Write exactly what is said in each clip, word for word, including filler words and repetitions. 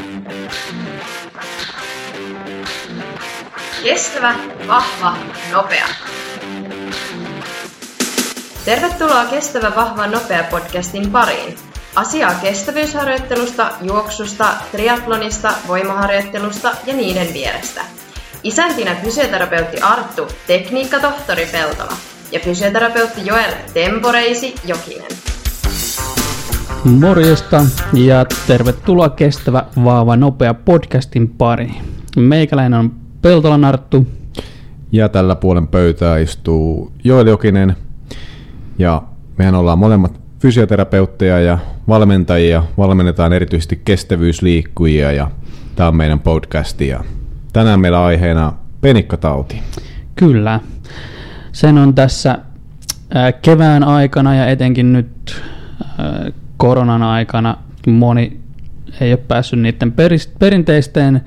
Kestävä, vahva, nopea. Tervetuloa Kestävä, vahva, nopea podcastin pariin. Asiaa kestävyysharjoittelusta, juoksusta, triathlonista, voimaharjoittelusta ja niiden vierestä. Isäntinä fysioterapeutti Arttu, tekniikkatohtori Peltola ja fysioterapeutti Joel Temporeisi Jokinen. Morjesta ja tervetuloa Kestävä, vahva, nopea podcastin pariin. Meikäläinen on Peltolan Arttu. Ja tällä puolen pöytää istuu Joel Jokinen. Ja mehän ollaan molemmat fysioterapeutteja ja valmentajia. Valmennetaan erityisesti kestävyysliikkujia ja tämä on meidän podcasti. Ja tänään meillä aiheena penikkatauti. Kyllä. Sen on tässä kevään aikana ja etenkin nyt koronan aikana moni ei ole päässyt niiden perinteisten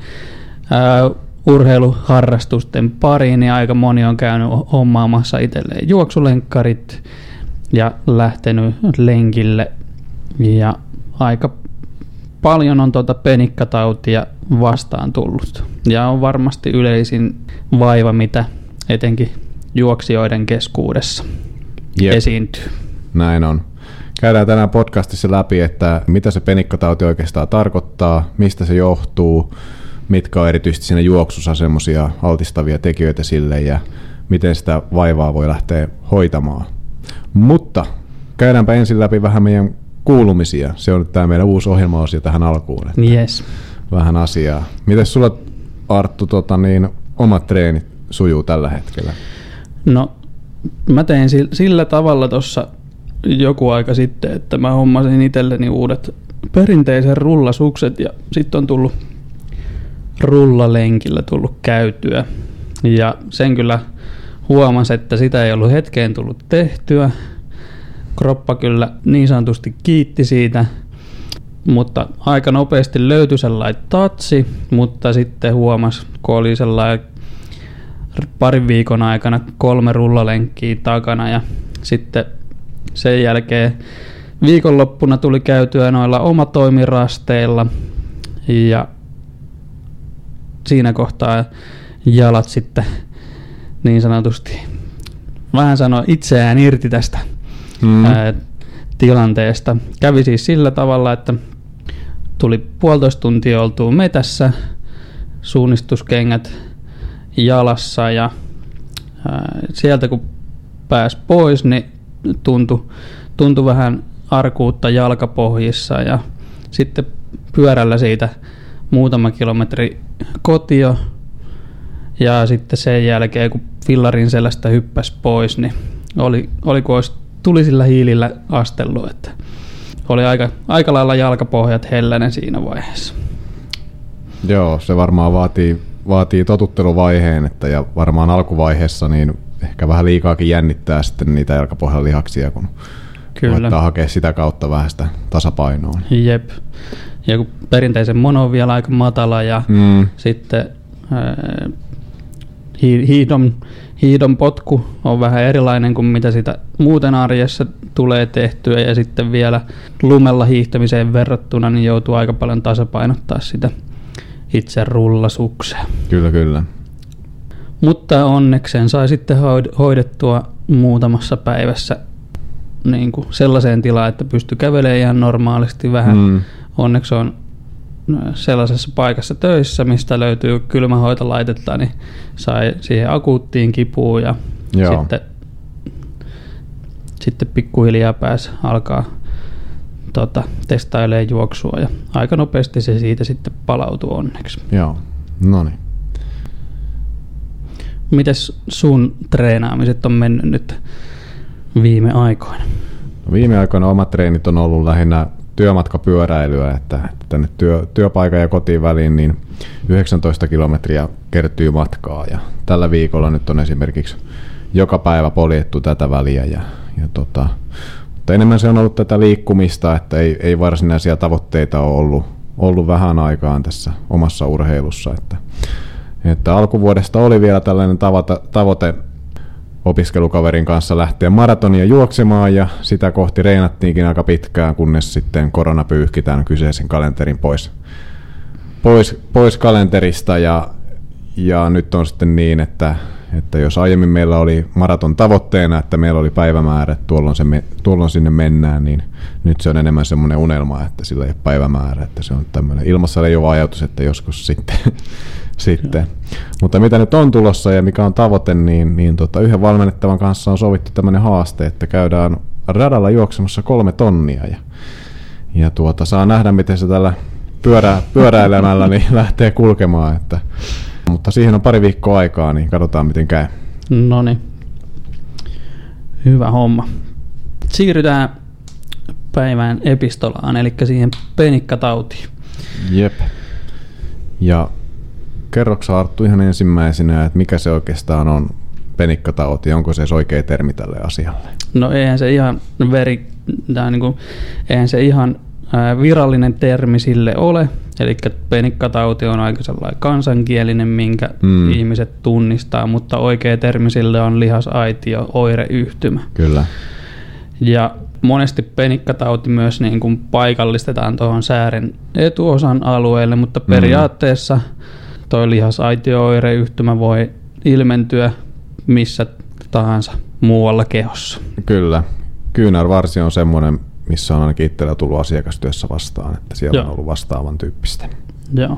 urheiluharrastusten pariin, niin aika moni on käynyt hommaamassa itselleen juoksulenkkarit ja lähtenyt lenkille. Ja aika paljon on tuota penikkatautia vastaan tullut. Ja on varmasti yleisin vaiva, mitä etenkin juoksijoiden keskuudessa Jep. esiintyy. Näin on. Käydään tänään podcastissa läpi, että mitä se penikkatauti oikeastaan tarkoittaa, mistä se johtuu, mitkä on erityisesti siinä juoksussa semmoisia altistavia tekijöitä sille ja miten sitä vaivaa voi lähteä hoitamaan. Mutta käydäänpä ensin läpi vähän meidän kuulumisia. Se on nyt tämä meidän uusi ohjelmaosio tähän alkuun. Yes. Vähän asiaa. Miten sulla, Arttu, tota niin, omat treenit sujuu tällä hetkellä? No, mä tein sillä tavalla tuossa joku aika sitten, että mä hommasin itselleni uudet perinteisen rullasukset ja sitten on tullut rullalenkillä tullut käytyä. Ja sen kyllä huomasi, että sitä ei ollut hetkeen tullut tehtyä. Kroppa kyllä niin sanotusti kiitti siitä, mutta aika nopeasti löytyi sellainen tatsi, mutta sitten huomasi, kun oli sellainen parin viikon aikana kolme rullalenkkiä takana ja sitten sen jälkeen viikonloppuna tuli käytyä noilla omatoimirasteilla ja siinä kohtaa jalat sitten niin sanotusti vähän sanoa itseään irti tästä mm. ää, tilanteesta. Kävi siis sillä tavalla, että tuli puolitoista tuntia oltua metässä, suunnistuskengät jalassa ja ää, sieltä kun pääsi pois, niin tuntui, tuntui vähän arkuutta jalkapohjissa ja sitten pyörällä siitä muutama kilometri kotio ja sitten sen jälkeen kun fillarin selästä hyppäsi pois, niin oli, oli kun olisi tulisilla hiilillä astellut, että oli aika, aika lailla jalkapohjat hellänen siinä vaiheessa. Joo, se varmaan vaatii, vaatii totutteluvaiheen, että ja varmaan alkuvaiheessa niin ehkä vähän liikaakin jännittää sitten niitä jalkapohjan lihaksia, kun koettaa hakea sitä kautta vähän sitä tasapainoa. Jep. Ja kun perinteisen mono on vielä aika matala ja mm. sitten ää, hiidon, hiidon potku on vähän erilainen kuin mitä sitä muuten arjessa tulee tehtyä ja sitten vielä lumella hiihtämiseen verrattuna niin joutuu aika paljon tasapainottaa sitä itse rullasuksea. Kyllä, kyllä. Mutta onneksi sen sai sitten hoidettua muutamassa päivässä niin kuin sellaiseen tilaan, että pystyi kävelemään ihan normaalisti vähän. Mm. Onneksi on sellaisessa paikassa töissä, mistä löytyy kylmähoitolaitetta, niin sai siihen akuuttiin kipuun ja sitten, sitten pikkuhiljaa pääsi alkaa tota, testailemaan juoksua ja aika nopeasti se siitä sitten palautui onneksi. Joo, no niin. Mites sun treenaamiset on mennyt nyt viime aikoina? No viime aikoina omat treenit on ollut lähinnä työmatkapyöräilyä, että tänne työ, työpaikan ja kotiin väliin niin yhdeksäntoista kilometriä kertyy matkaa ja tällä viikolla nyt on esimerkiksi joka päivä poljettu tätä väliä ja, ja tota, mutta enemmän se on ollut tätä liikkumista, että ei, ei varsinaisia tavoitteita ole ollut, ollut vähän aikaan tässä omassa urheilussa, että, että alkuvuodesta oli vielä tällainen tavoite, tavoite opiskelukaverin kanssa lähteä maratonia juoksemaan ja sitä kohti reenattiinkin aika pitkään, kunnes sitten korona pyyhki tämän kyseisen kalenterin pois, pois, pois kalenterista ja, ja nyt on sitten niin, että, että jos aiemmin meillä oli maraton tavoitteena, että meillä oli päivämäärä, että tuolloin, se me, tuolloin sinne mennään, niin nyt se on enemmän semmoinen unelma, että sillä ei ole päivämäärä, että se on tämmöinen ilmassa leijuva ajatus, että joskus sitten. sitten. Mutta mitä nyt on tulossa ja mikä on tavoite, niin, niin tota, yhden valmennettavan kanssa on sovittu tämmöinen haaste, että käydään radalla juoksemassa kolme tonnia ja, ja tuota, saa nähdä, miten se tällä pyörä, pyöräilemällä niin lähtee kulkemaan. Että, mutta siihen on pari viikkoa aikaa, niin katsotaan miten käy. No niin. Hyvä homma. Siirrytään päivän epistolaan, eli siihen penikkatautiin. Jep. Ja kerroksä Arttu ihan ensimmäisenä, että mikä se oikeastaan on penikkatauti, onko se oikea termi tälle asialle? No eihän se ihan veri, niin kuin, eihän se ihan virallinen termi sille ole, eli penikkatauti on aika sellainen kansankielinen, minkä mm. ihmiset tunnistaa, mutta oikea termi sille on lihasaitio oireyhtymä. Kyllä. Ja monesti penikkatauti myös niin kuin paikallistetaan tuohon säären etuosan alueelle, mutta periaatteessa mm. tuo lihasaitio-oireyhtymä voi ilmentyä missä tahansa muualla kehossa. Kyllä. Kyynärvarsi on semmoinen, missä on ainakin itsellä tullut asiakastyössä vastaan, että siellä Joo. on ollut vastaavan tyyppistä. Joo.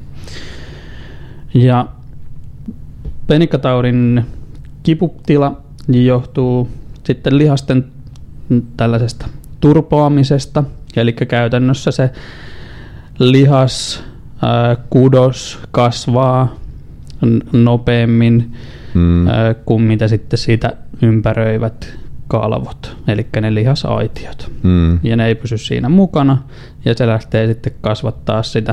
Ja penikkataudin kiputila johtuu sitten lihasten tällaisesta turpoamisesta, eli käytännössä se lihas, ää, kudos kasvaa nopeammin mm. ää, kuin mitä sitten siitä ympäröivät kalvot, eli ne lihasaitiot. Mm. Ja ne ei pysy siinä mukana, ja se lähtee sitten kasvattaa sitä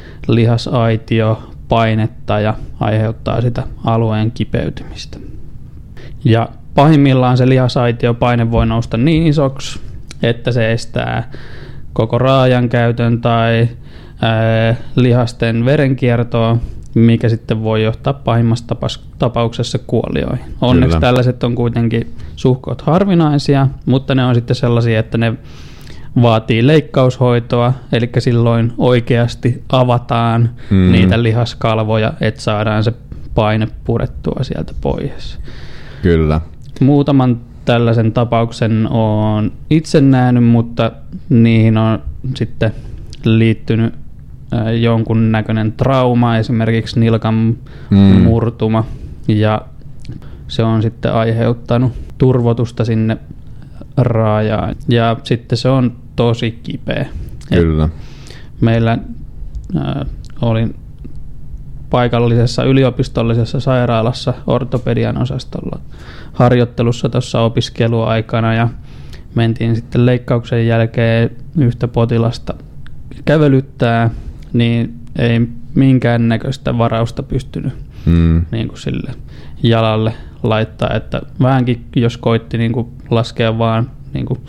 lihasaitiopainetta ja aiheuttaa sitä alueen kipeytymistä. Ja pahimmillaan se lihasaitiopaine voi nousta niin isoksi, että se estää koko raajan käytön tai ää, lihasten verenkiertoa, mikä sitten voi johtaa pahimmassa tapauksessa kuolioihin. Onneksi Kyllä. tällaiset on kuitenkin suhkot harvinaisia, mutta ne on sitten sellaisia, että ne vaatii leikkaushoitoa, eli silloin oikeasti avataan mm. niitä lihaskalvoja, että saadaan se paine purettua sieltä pois. Kyllä. Muutaman tällaisen tapauksen olen itse nähnyt, mutta niihin on sitten liittynyt jonkun näköinen trauma, esimerkiksi nilkan mm. murtuma, ja se on sitten aiheuttanut turvotusta sinne raajaan, ja sitten se on tosi kipeä. Kyllä. Et meillä äh, olin paikallisessa yliopistollisessa sairaalassa ortopedian osastolla harjoittelussa tuossa opiskeluaikana, ja mentiin sitten leikkauksen jälkeen yhtä potilasta kävelyttää, niin ei minkäännäköistä varausta pystynyt mm. niin kuin sille jalalle laittaa, että vähänkin jos koitti niin kuin laskea vaan niin kuin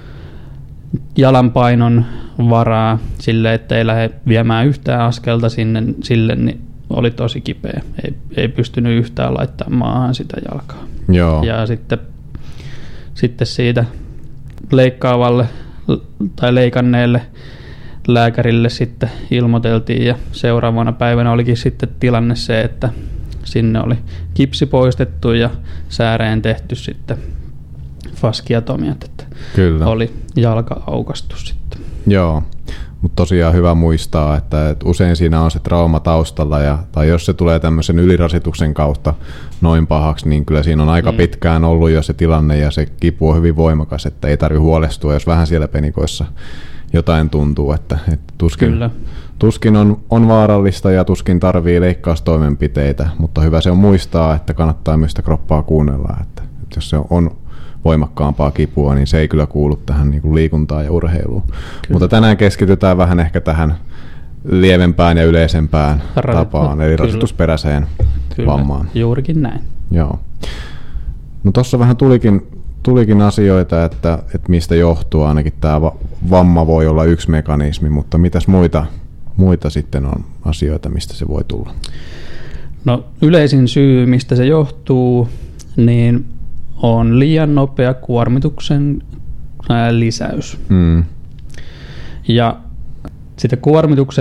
jalan painon varaa sille, että ei lähde viemään yhtään askelta sinne, sille, niin oli tosi kipeä. Ei, ei pystynyt yhtään laittamaan maahan sitä jalkaa. Joo. Ja sitten, sitten siitä leikkaavalle tai leikanneelle lääkärille sitten ilmoiteltiin, ja seuraavana päivänä olikin sitten tilanne se, että sinne oli kipsi poistettu ja sääreen tehty sitten faskiatomiat, että Kyllä. oli jalka aukastu sitten. Joo, mutta tosiaan hyvä muistaa, että, että usein siinä on se trauma taustalla, ja, tai jos se tulee tämmöisen ylirasituksen kautta noin pahaksi, niin kyllä siinä on aika mm. pitkään ollut jo se tilanne, ja se kipu on hyvin voimakas, että ei tarvitse huolestua, jos vähän siellä penikoissa jotain tuntuu, että, että tuskin, tuskin on, on vaarallista ja tuskin tarvii leikkaustoimenpiteitä, mutta hyvä se on muistaa, että kannattaa myös sitä kroppaa kuunnella, että, että jos se on voimakkaampaa kipua, niin se ei kyllä kuulu tähän niin kuin liikuntaan ja urheiluun. Kyllä. Mutta tänään keskitytään vähän ehkä tähän lievempään ja yleisempään Ra- tapaan, eli rasitusperäiseen kyllä. vammaan. Juurikin näin. Joo. No tuossa vähän tulikin Tulikin asioita, että, että mistä johtuu, ainakin tämä vamma voi olla yksi mekanismi, mutta mitäs muita, muita sitten on asioita, mistä se voi tulla? No yleisin syy, mistä se johtuu, niin on liian nopea kuormituksen ää, lisäys. Mm. Ja sitä kuormituksen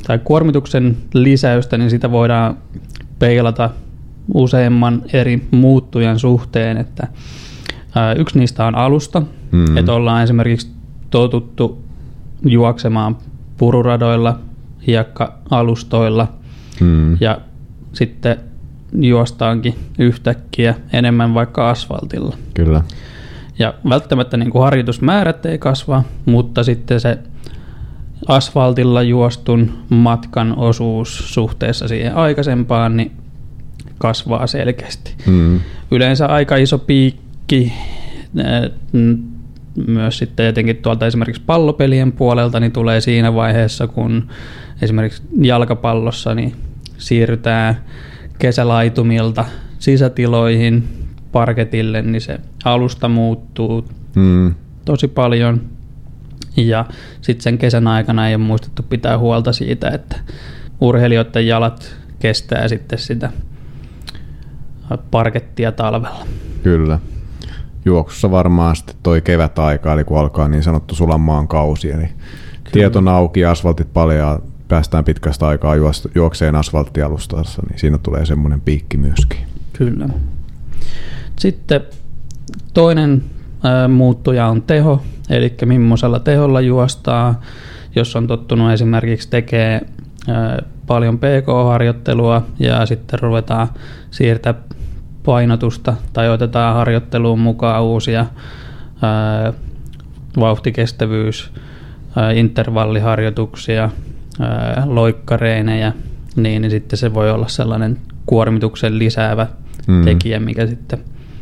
tai kuormituksen lisäystä, niin sitä voidaan peilata useamman eri muuttujan suhteen, että ää, yksi niistä on alusta, mm. että ollaan esimerkiksi totuttu juoksemaan pururadoilla, hiekka-alustoilla mm. ja sitten juostaankin yhtäkkiä enemmän vaikka asfaltilla. Kyllä. Ja välttämättä niin kuin harjoitusmäärät ei kasva, mutta sitten se asfaltilla juostun matkan osuus suhteessa siihen aikaisempaan niin kasvaa selkeästi. Mm. Yleensä aika iso piikki myös sitten etenkin tuolta esimerkiksi pallopelien puolelta niin tulee siinä vaiheessa, kun esimerkiksi jalkapallossa niin siirrytään kesälaitumilta sisätiloihin parketille, niin se alusta muuttuu mm. tosi paljon. Ja sitten sen kesän aikana ei ole muistettu pitää huolta siitä, että urheilijoiden jalat kestää sitten sitä parkettia talvella. Kyllä. Juoksussa varmaan sitten toi kevätaika, eli kun alkaa niin sanottu sulamaan kausi, eli tiet on auki ja asfaltit paljaa, päästään pitkästä aikaa juokseen asfalttialustassa, niin siinä tulee semmoinen piikki myöskin. Kyllä. Sitten toinen ä, muuttuja on teho, eli millaisella teholla juostaa. Jos on tottunut esimerkiksi tekemään ä, paljon P K-harjoittelua ja sitten ruvetaan siirtää painotusta tai otetaan harjoitteluun mukaan uusia ää, vauhtikestävyys, ää, intervalliharjoituksia, ää, loikkareinejä, niin, niin sitten se voi olla sellainen kuormituksen lisäävä mm. tekijä, mikä sitten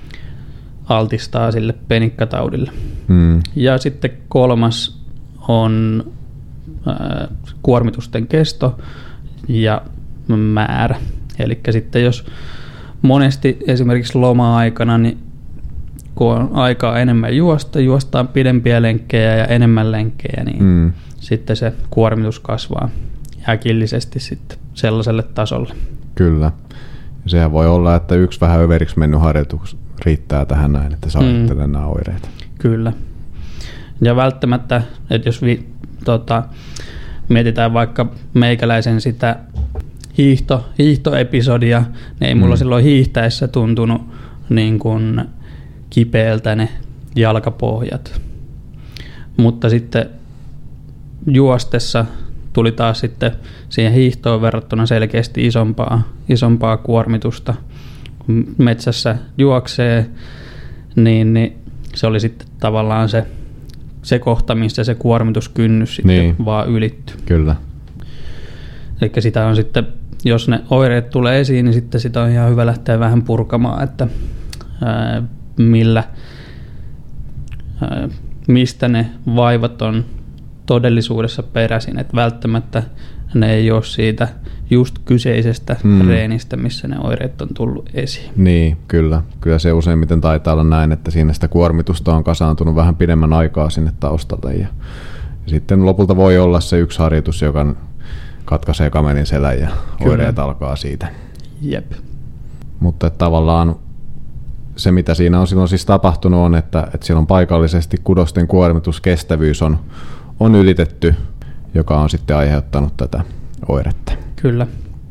altistaa sille penikkataudille. Mm. Ja sitten kolmas on ää, kuormitusten kesto ja määrä. Eli sitten jos monesti esimerkiksi loma-aikana, niin kun on aikaa enemmän juosta, juostaan pidempiä lenkkejä ja enemmän lenkkejä, niin mm. sitten se kuormitus kasvaa äkillisesti sitten sellaiselle tasolle. Kyllä. Ja sehän voi olla, että yksi vähän överiksi mennyt harjoitus riittää tähän näin, että saa mm. nämä oireet. Kyllä. Ja välttämättä, että jos vi, tota, mietitään vaikka meikäläisen sitä Hiihto, hiihtoepisodia, niin ei mulla mm. silloin hiihtäessä tuntunut niin kuin kipeältä ne jalkapohjat. Mutta sitten juostessa tuli taas sitten siihen hiihtoon verrattuna selkeästi isompaa, isompaa kuormitusta. Kun metsässä juoksee, niin, niin se oli sitten tavallaan se, se kohta, missä se kuormituskynnys sitten niin. vaan ylitty. Kyllä. Eli sitä on sitten, jos ne oireet tulee esiin, niin sitten sitä on ihan hyvä lähteä vähän purkamaan, että ää, millä, ää, mistä ne vaivat on todellisuudessa peräisin. Että välttämättä ne ei ole siitä just kyseisestä mm. treenistä, missä ne oireet on tullut esiin. Niin, kyllä. Kyllä se useimmiten taitaa olla näin, että siinä sitä kuormitusta on kasaantunut vähän pidemmän aikaa sinne taustalle. Ja, ja sitten lopulta voi olla se yksi harjoitus, joka katkaisee kamelin selän ja Kyllä. oireet alkaa siitä. Jep. Mutta tavallaan se, mitä siinä on silloin siis tapahtunut, on, että, että silloin paikallisesti kudosten kuormituskestävyys on, on ylitetty, joka on sitten aiheuttanut tätä oiretta. Kyllä.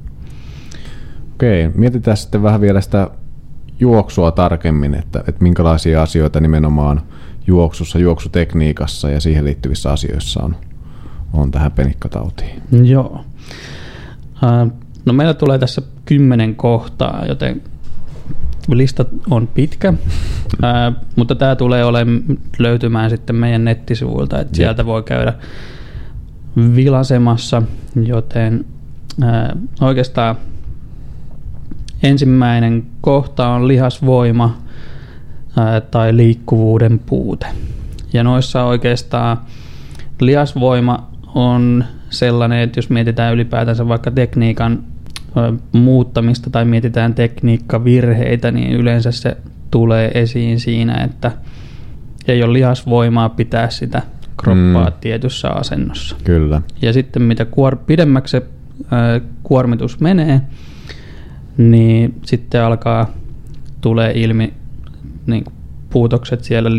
Okei, mietitään sitten vähän vielä sitä juoksua tarkemmin, että, että minkälaisia asioita nimenomaan juoksussa, juoksutekniikassa ja siihen liittyvissä asioissa on, on tähän penikkatautiin. Joo. No meillä tulee tässä kymmenen kohtaa, joten lista on pitkä, ää, mutta tämä tulee olemaan löytymään sitten meidän nettisivuilta, että sieltä voi käydä vilasemassa, joten ää, oikeastaan ensimmäinen kohta on lihasvoima ää, tai liikkuvuuden puute. Ja noissa oikeastaan lihasvoima on sellainen, että jos mietitään ylipäätänsä vaikka tekniikan muuttamista tai mietitään tekniikkavirheitä, niin yleensä se tulee esiin siinä, että ei ole lihasvoimaa pitää sitä kroppaa mm. tietyssä asennossa. Kyllä. Ja sitten mitä kuor- pidemmäksi se ää, kuormitus menee, niin sitten alkaa tulee ilmi niin puutokset siellä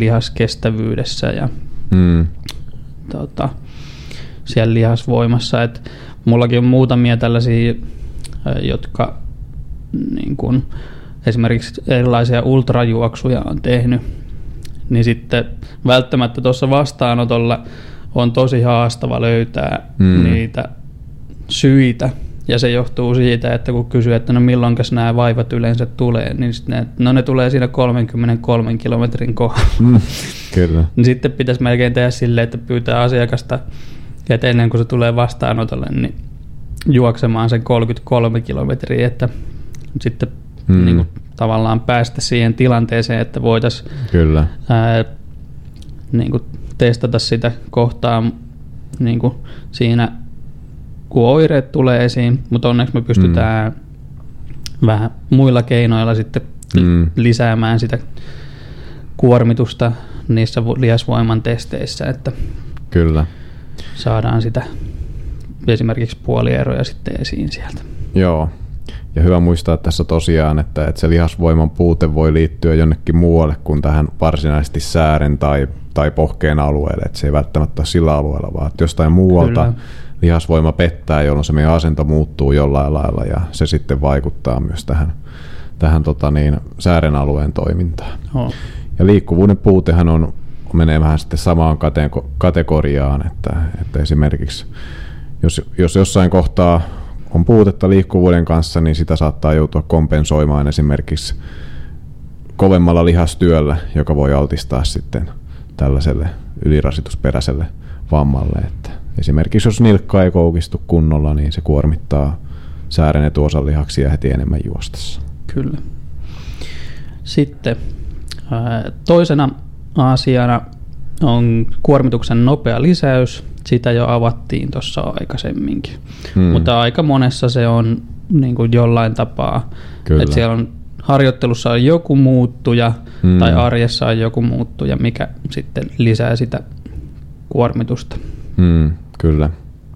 lihaskestävyydessä ja mm. tota, siellä lihasvoimassa. Et mullakin on muutamia tällaisia, jotka niin kun, esimerkiksi erilaisia ultrajuoksuja on tehnyt, niin sitten välttämättä tuossa vastaanotolla on tosi haastava löytää mm. niitä syitä. Ja se johtuu siitä, että kun kysyy, että no milloinkas nämä vaivat yleensä tulee, niin ne, no ne tulee siinä kolmekymmentäkolme kilometrin kohdalla. Mm, kyllä. Niin sitten pitäisi melkein tehdä silleen, että pyytää asiakasta, että ennen kuin se tulee vastaanotolle, niin juoksemaan sen kolmekymmentäkolme kilometriä, että sitten mm. niin kuin, tavallaan päästä siihen tilanteeseen, että voitaisiin kyllä. Ää, niin kuin, testata sitä kohtaa niin kuin siinä, kun oireet tulee esiin, mutta onneksi me pystytään mm. vähän muilla keinoilla sitten mm. lisäämään sitä kuormitusta niissä lihasvoiman testeissä, että kyllä. saadaan sitä esimerkiksi puolieroja sitten esiin sieltä. Joo, ja hyvä muistaa tässä tosiaan, että, että se lihasvoiman puute voi liittyä jonnekin muualle kuin tähän varsinaisesti säären tai, tai pohkeen alueelle, että se ei välttämättä ole sillä alueella, vaan että jostain muualta kyllä. lihasvoima pettää, jolloin se meidän asento muuttuu jollain lailla ja se sitten vaikuttaa myös tähän, tähän tota niin, säären alueen toimintaan. Oh. Ja liikkuvuuden puutehan on, menee vähän sitten samaan kateko- kategoriaan, että, että esimerkiksi jos, jos jossain kohtaa on puutetta liikkuvuuden kanssa, niin sitä saattaa joutua kompensoimaan esimerkiksi kovemmalla lihastyöllä, joka voi altistaa sitten tällaiselle ylirasitusperäiselle vammalle. Että esimerkiksi jos nilkka ei koukistu kunnolla, niin se kuormittaa säären etuosan lihaksia heti enemmän juostessa. Kyllä. Sitten toisena asiana on kuormituksen nopea lisäys. Sitä jo avattiin tuossa aikaisemminkin. Hmm. Mutta aika monessa se on niin kuin jollain tapaa. Että siellä on harjoittelussa on joku muuttuja hmm. tai arjessa on joku muuttuja, mikä sitten lisää sitä kuormitusta. Hmm, kyllä.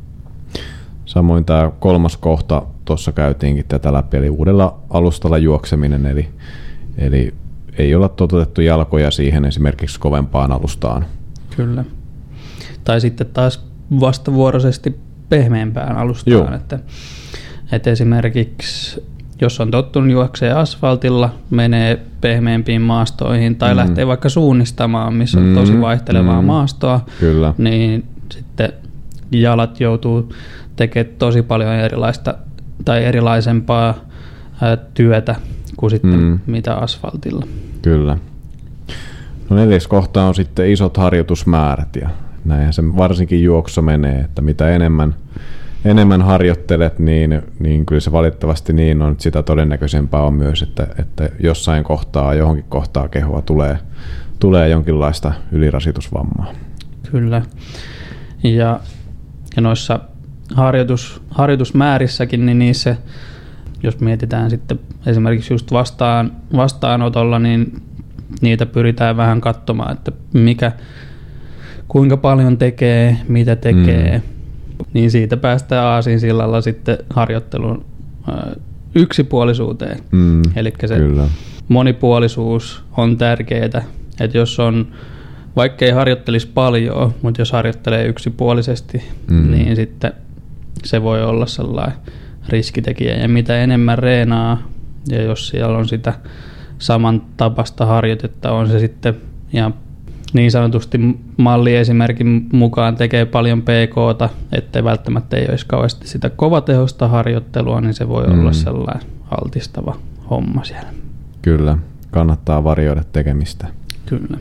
Samoin tämä kolmas kohta, tuossa käytiinkin tätä läpi, eli uudella alustalla juokseminen, eli, eli ei olla toteutettu jalkoja siihen esimerkiksi kovempaan alustaan. Kyllä. Tai sitten taas vastavuoroisesti pehmeämpään alustaan. Että, että esimerkiksi jos on tottunut juokseen asfaltilla, menee pehmeämpiin maastoihin tai mm. lähtee vaikka suunnistamaan, missä on tosi vaihtelevaa mm. maastoa, Kyllä. niin sitten jalat joutuu tekemään tosi paljon erilaista tai erilaisempaa ää, työtä kuin sitten mm. mitä asfaltilla. Kyllä. No neljäs kohta on sitten isot harjoitusmäärät ja näinhän se varsinkin juoksu menee, että mitä enemmän, enemmän harjoittelet, niin, niin kyllä se valitettavasti niin on, että sitä todennäköisempää on myös, että, että jossain kohtaa, johonkin kohtaa kehoa tulee, tulee jonkinlaista ylirasitusvammaa. Kyllä. Ja, ja noissa harjoitus, harjoitusmäärissäkin, niin niissä, jos mietitään sitten esimerkiksi just vastaan, vastaanotolla, niin niitä pyritään vähän katsomaan, että mikä, kuinka paljon tekee, mitä tekee, mm. niin siitä päästään aasinsillalla sitten harjoittelun ö, yksipuolisuuteen. Mm, Eli se kyllä. monipuolisuus on tärkeää, että jos on, vaikka ei harjoittelisi paljon, mutta jos harjoittelee yksipuolisesti, mm. niin sitten se voi olla sellainen riskitekijä. Ja mitä enemmän reenaa, ja jos siellä on sitä samantapaista harjoitetta, on se sitten ihan niin sanotusti malliesimerkin mukaan tekee paljon P K:ta, ettei välttämättä ei olisi kauheasti sitä kovatehosta harjoittelua, niin se voi mm. olla sellainen altistava homma siellä. Kyllä, kannattaa varjoida tekemistä. Kyllä.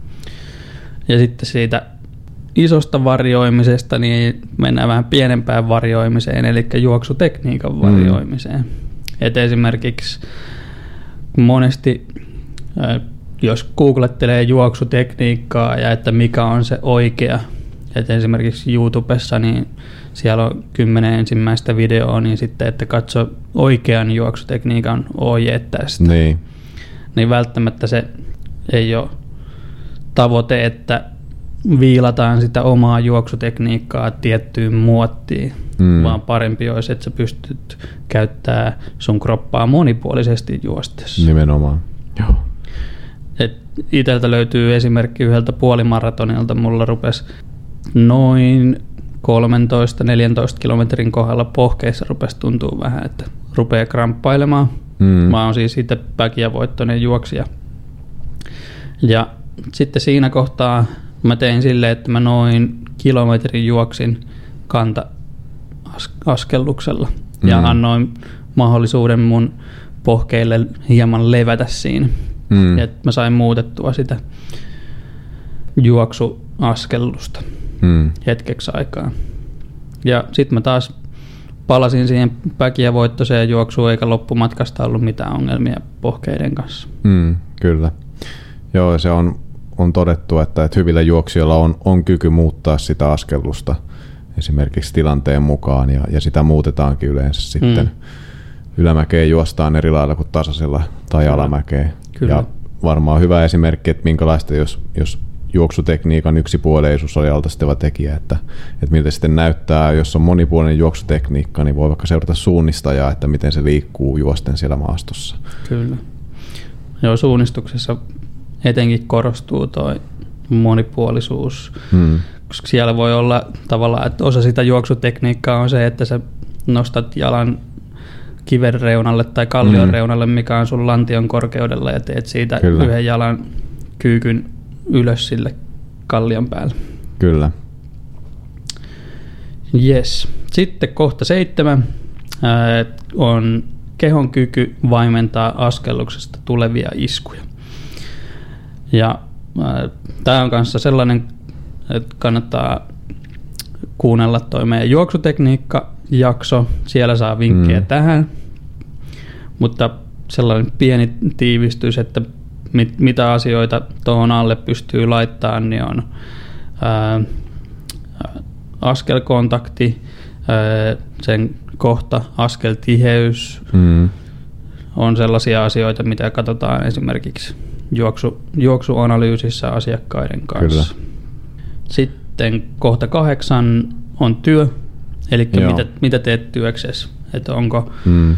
Ja sitten siitä isosta varjoimisesta niin mennään vähän pienempään varjoimiseen, eli juoksutekniikan varjoimiseen. Mm. Et esimerkiksi monesti jos googlettelee juoksutekniikkaa ja että mikä on se oikea, että esimerkiksi YouTubessa niin siellä on kymmenen ensimmäistä videoa, niin sitten että katso oikean juoksutekniikan ohjeet tästä. Niin. Niin välttämättä se ei ole tavoite, että viilataan sitä omaa juoksutekniikkaa tiettyyn muottiin, mm. vaan parempi olisi, että sä pystyt käyttämään sun kroppaa monipuolisesti juostessa. Nimenomaan, joo. Et iteltä löytyy esimerkki yhdeltä puolimaratonilta. Mulla rupesi noin kolmetoista neljätoista kilometrin kohdalla pohkeissa rupesi tuntua vähän, että rupeaa kramppailemaan. Mm. Mä oon siis itse väkiävoittoinen juoksija. Ja sitten siinä kohtaa mä tein silleen, että mä noin kilometrin juoksin kanta-askelluksella. Mm. Ja annoin mahdollisuuden mun pohkeille hieman levätä siinä. Mm. Ja mä sain muutettua sitä juoksuaskellusta mm. hetkeksi aikaa. Ja sitten mä taas palasin siihen väkiävoittoiseen juoksuun, eikä loppumatkasta ollut mitään ongelmia pohkeiden kanssa. Mm, kyllä. Joo, se on, on todettu, että, että hyvillä juoksijoilla on, on kyky muuttaa sitä askellusta esimerkiksi tilanteen mukaan, ja, ja sitä muutetaankin yleensä sitten. Mm. Ylämäkeen juostaan eri lailla kuin tasaisella tai kyllä. alamäkeen. Kyllä. Ja varmaan hyvä esimerkki, että minkälaista, jos, jos juoksutekniikan yksipuoleisuus oli altastava tekijä, että, että miltä sitten näyttää, jos on monipuolinen juoksutekniikka, niin voi vaikka seurata suunnistajaa, että miten se liikkuu juosten siellä maastossa. Kyllä. Joo, suunnistuksessa etenkin korostuu tuo monipuolisuus, hmm. koska siellä voi olla tavallaan, että osa sitä juoksutekniikkaa on se, että sä nostat jalan kiven reunalle tai kallion hmm. reunalle, mikä on sun lantion korkeudella, ja teet siitä Kyllä. yhden jalan kyykyn ylös sille kallion päälle. Kyllä. Yes. Sitten kohta seitsemän ää, on kehon kyky vaimentaa askelluksesta tulevia iskuja. Ja tämä on kanssa sellainen, että kannattaa kuunnella toi meidän juoksutekniikka-jakso. Siellä saa vinkkejä mm. tähän. Mutta sellainen pieni tiivistys, että mit, mitä asioita tuohon alle pystyy laittamaan, niin on ää, askelkontakti, ää, sen kohta askeltiheys, mm. on sellaisia asioita, mitä katsotaan esimerkiksi juoksu, juoksuanalyysissä asiakkaiden kanssa. Kyllä. Sitten kohta kahdeksan on työ, eli mitä, mitä teet työksesi, että onko mm.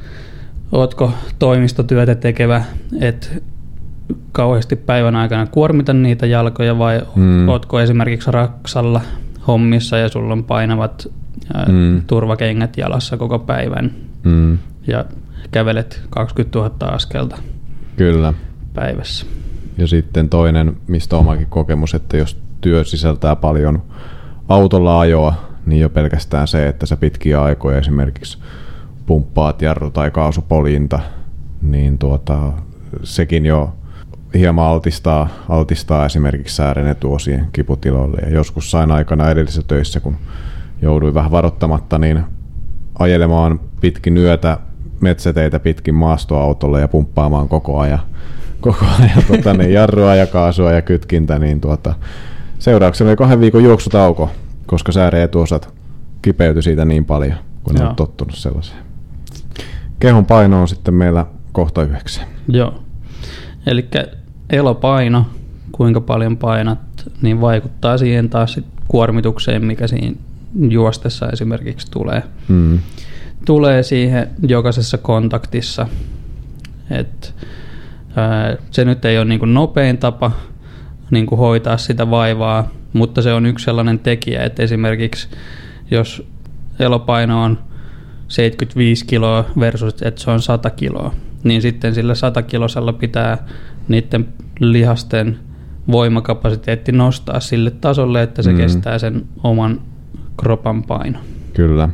ootko toimistotyötä tekevä, et kauheasti päivän aikana kuormita niitä jalkoja, vai mm. ootko esimerkiksi raksalla hommissa ja sulla on painavat ää, mm. turvakengät jalassa koko päivän mm. ja kävelet kaksikymmentätuhatta askelta Kyllä. päivässä. Ja sitten toinen, mistä omakin kokemus, että jos työ sisältää paljon autolla ajoa, niin jo pelkästään se, että sä pitkiä aikoja esimerkiksi pumppaat jarru- tai kaasupoljinta, niin tuota, sekin jo hieman altistaa, altistaa esimerkiksi säären etuosien kiputiloille. Ja joskus sain aikana edellisissä töissä, kun jouduin vähän varoittamatta, niin ajelemaan pitkin yötä metsäteitä pitkin maastoautolle ja pumppaamaan koko ajan, koko ajan tuota, niin jarrua ja kaasua ja kytkintä, niin tuota, seurauksena oli kahden viikon juoksutauko, koska säären etuosat kipeytyi siitä niin paljon, kun ne on tottunut sellaiseen. Kehon paino on sitten meillä kohta yhdeksän. Joo. Eli elopaino, kuinka paljon painat, niin vaikuttaa siihen taas sit kuormitukseen, mikä siinä juostessa esimerkiksi tulee. Mm. Tulee siihen jokaisessa kontaktissa. Et, ää, se nyt ei ole niinku nopein tapa niinku hoitaa sitä vaivaa, mutta se on yksi sellainen tekijä, että esimerkiksi jos elopaino on seitsemänkymmentäviisi kiloa versus että se on sata kiloa, niin sitten sillä satakilosella pitää niiden lihasten voimakapasiteetti nostaa sille tasolle, että se mm. kestää sen oman kropan painon. Kyllä.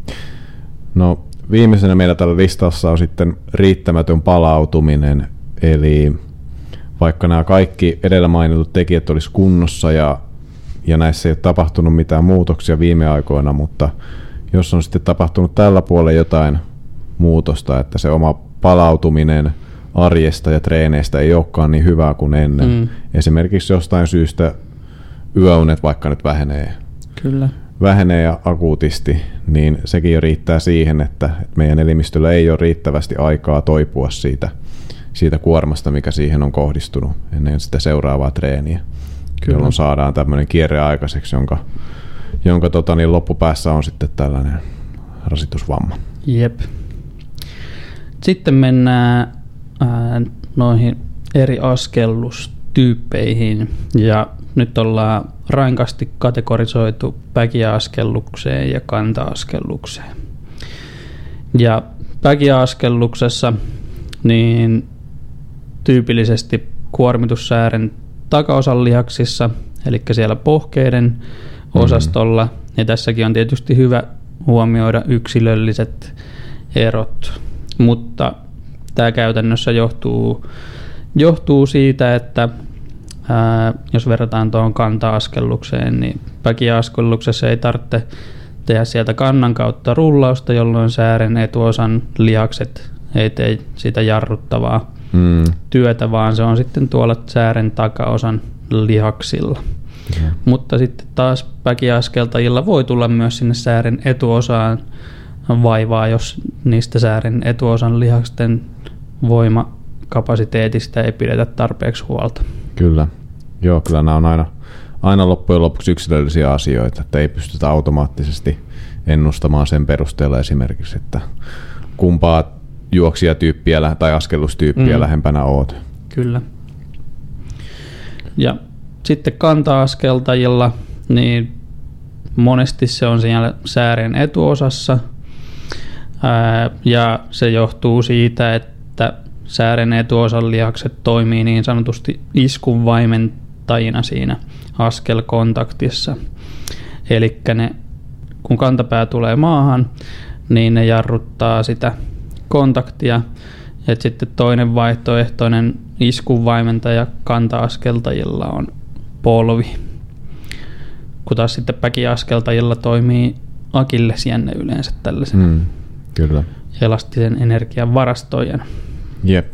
No viimeisenä meillä tällä listassa on sitten riittämätön palautuminen, eli vaikka nämä kaikki edellä mainitut tekijät olisi kunnossa ja, ja näissä ei ole tapahtunut mitään muutoksia viime aikoina, mutta jos on sitten tapahtunut tällä puolella jotain muutosta, että se oma palautuminen arjesta ja treeneistä ei olekaan niin hyvää kuin ennen. Mm. Esimerkiksi jostain syystä yöunet vaikka nyt vähenee. Kyllä. Vähenee ja akuutisti, niin sekin jo riittää siihen, että meidän elimistöllä ei ole riittävästi aikaa toipua siitä, siitä kuormasta, mikä siihen on kohdistunut ennen sitä seuraavaa treeniä. Kyllä. Jolloin saadaan tämmöinen kierre aikaiseksi, jonka, jonka tota, niin loppupäässä on sitten tällainen rasitusvamma. Jep. Sitten mennään ää, noihin eri askellustyyppeihin, ja nyt ollaan rankasti kategorisoitu päkiaskellukseen ja kanta-askellukseen. Ja päkiaskelluksessa niin tyypillisesti kuormitussäären takaosan lihaksissa, eli siellä pohkeiden osastolla, mm. ja tässäkin on tietysti hyvä huomioida yksilölliset erot, mutta tämä käytännössä johtuu, johtuu siitä, että ää, jos verrataan tuohon kanta-askellukseen, niin päkiaskelluksessa ei tarvitse tehdä sieltä kannan kautta rullausta, jolloin säären etuosan lihakset ei tee sitä jarruttavaa mm. työtä, vaan se on sitten tuolla säären takaosan lihaksilla. Mm. Mutta sitten taas päkiaskeltajilla voi tulla myös sinne säären etuosaan vaivaa, jos niistä säären etuosan lihasten voimakapasiteetista ei pidetä tarpeeksi huolta. Kyllä. Joo, kyllä nämä on aina, aina loppujen lopuksi yksilöllisiä asioita, että ei pystytä automaattisesti ennustamaan sen perusteella esimerkiksi, että kumpaa juoksijatyyppiä tai askellustyyppiä mm. lähempänä oot. Kyllä. Ja sitten kanta-askeltajilla, niin monesti se on siellä säären etuosassa, ää, ja se johtuu siitä, että säären etuosan lihakset toimii niin sanotusti iskun vaimentajina siinä askelkontaktissa. Eli ne, kun kantapää tulee maahan, niin ne jarruttaa sitä kontaktia, ja sitten toinen vaihtoehtoinen iskunvaimentaja kanta-askeltajilla on polvi, kun taas sitten päkiaskeltajilla toimii akillesjänne yleensä tällaisen mm, kyllä. elastisen energian varastoijana. Jep.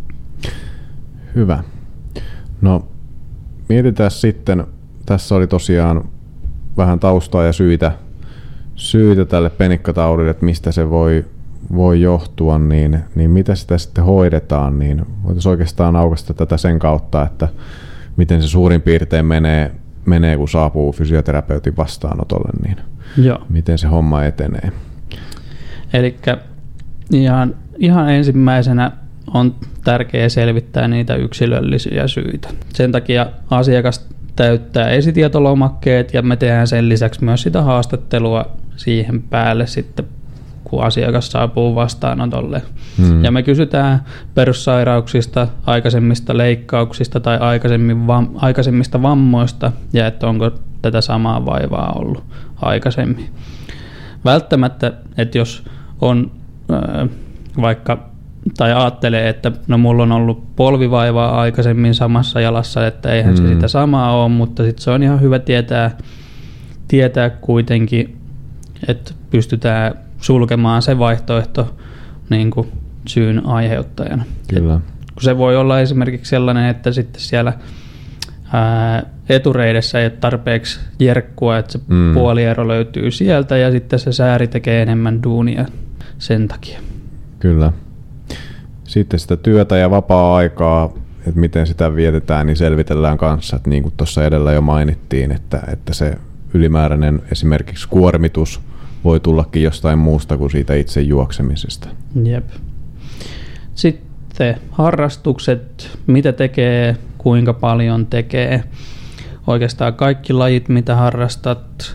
Hyvä. No mietitään sitten, tässä oli tosiaan vähän taustaa ja syitä, syitä tälle penikkataudille, että mistä se voi voi johtua, niin, niin mitä sitä sitten hoidetaan, niin voitaisiin oikeastaan aukaista tätä sen kautta, että miten se suurin piirtein menee, menee kun saapuu fysioterapeutin vastaanotolle, niin Joo. miten se homma etenee. Elikkä ihan, ihan ensimmäisenä on tärkeää selvittää niitä yksilöllisiä syitä. Sen takia asiakas täyttää esitietolomakkeet ja me tehdään sen lisäksi myös sitä haastattelua siihen päälle sitten, kun asiakas saapuu vastaanotolle. Hmm. Ja me kysytään perussairauksista, aikaisemmista leikkauksista tai aikaisemmin vam- aikaisemmista vammoista ja että onko tätä samaa vaivaa ollut aikaisemmin. Välttämättä, että jos on äh, vaikka tai ajattelee, että no mulla on ollut polvivaivaa aikaisemmin samassa jalassa, että eihän hmm. se sitä samaa ole, mutta sitten se on ihan hyvä tietää, tietää kuitenkin, että pystytään sulkemaan se vaihtoehto niin kuin syyn aiheuttajana. Kyllä. Et, kun se voi olla esimerkiksi sellainen, että sitten siellä ää, etureidessä ei ole tarpeeksi jerkkua, että se mm. puoliero löytyy sieltä ja sitten se sääri tekee enemmän duunia sen takia. Kyllä. Sitten sitä työtä ja vapaa-aikaa, että miten sitä vietetään, niin selvitellään kanssa, että niin kuin tuossa edellä jo mainittiin, että, että se ylimääräinen esimerkiksi kuormitus voi tullakin jostain muusta kuin siitä itse juoksemisesta. Jep. Sitten harrastukset, mitä tekee, kuinka paljon tekee. Oikeastaan kaikki lajit, mitä harrastat,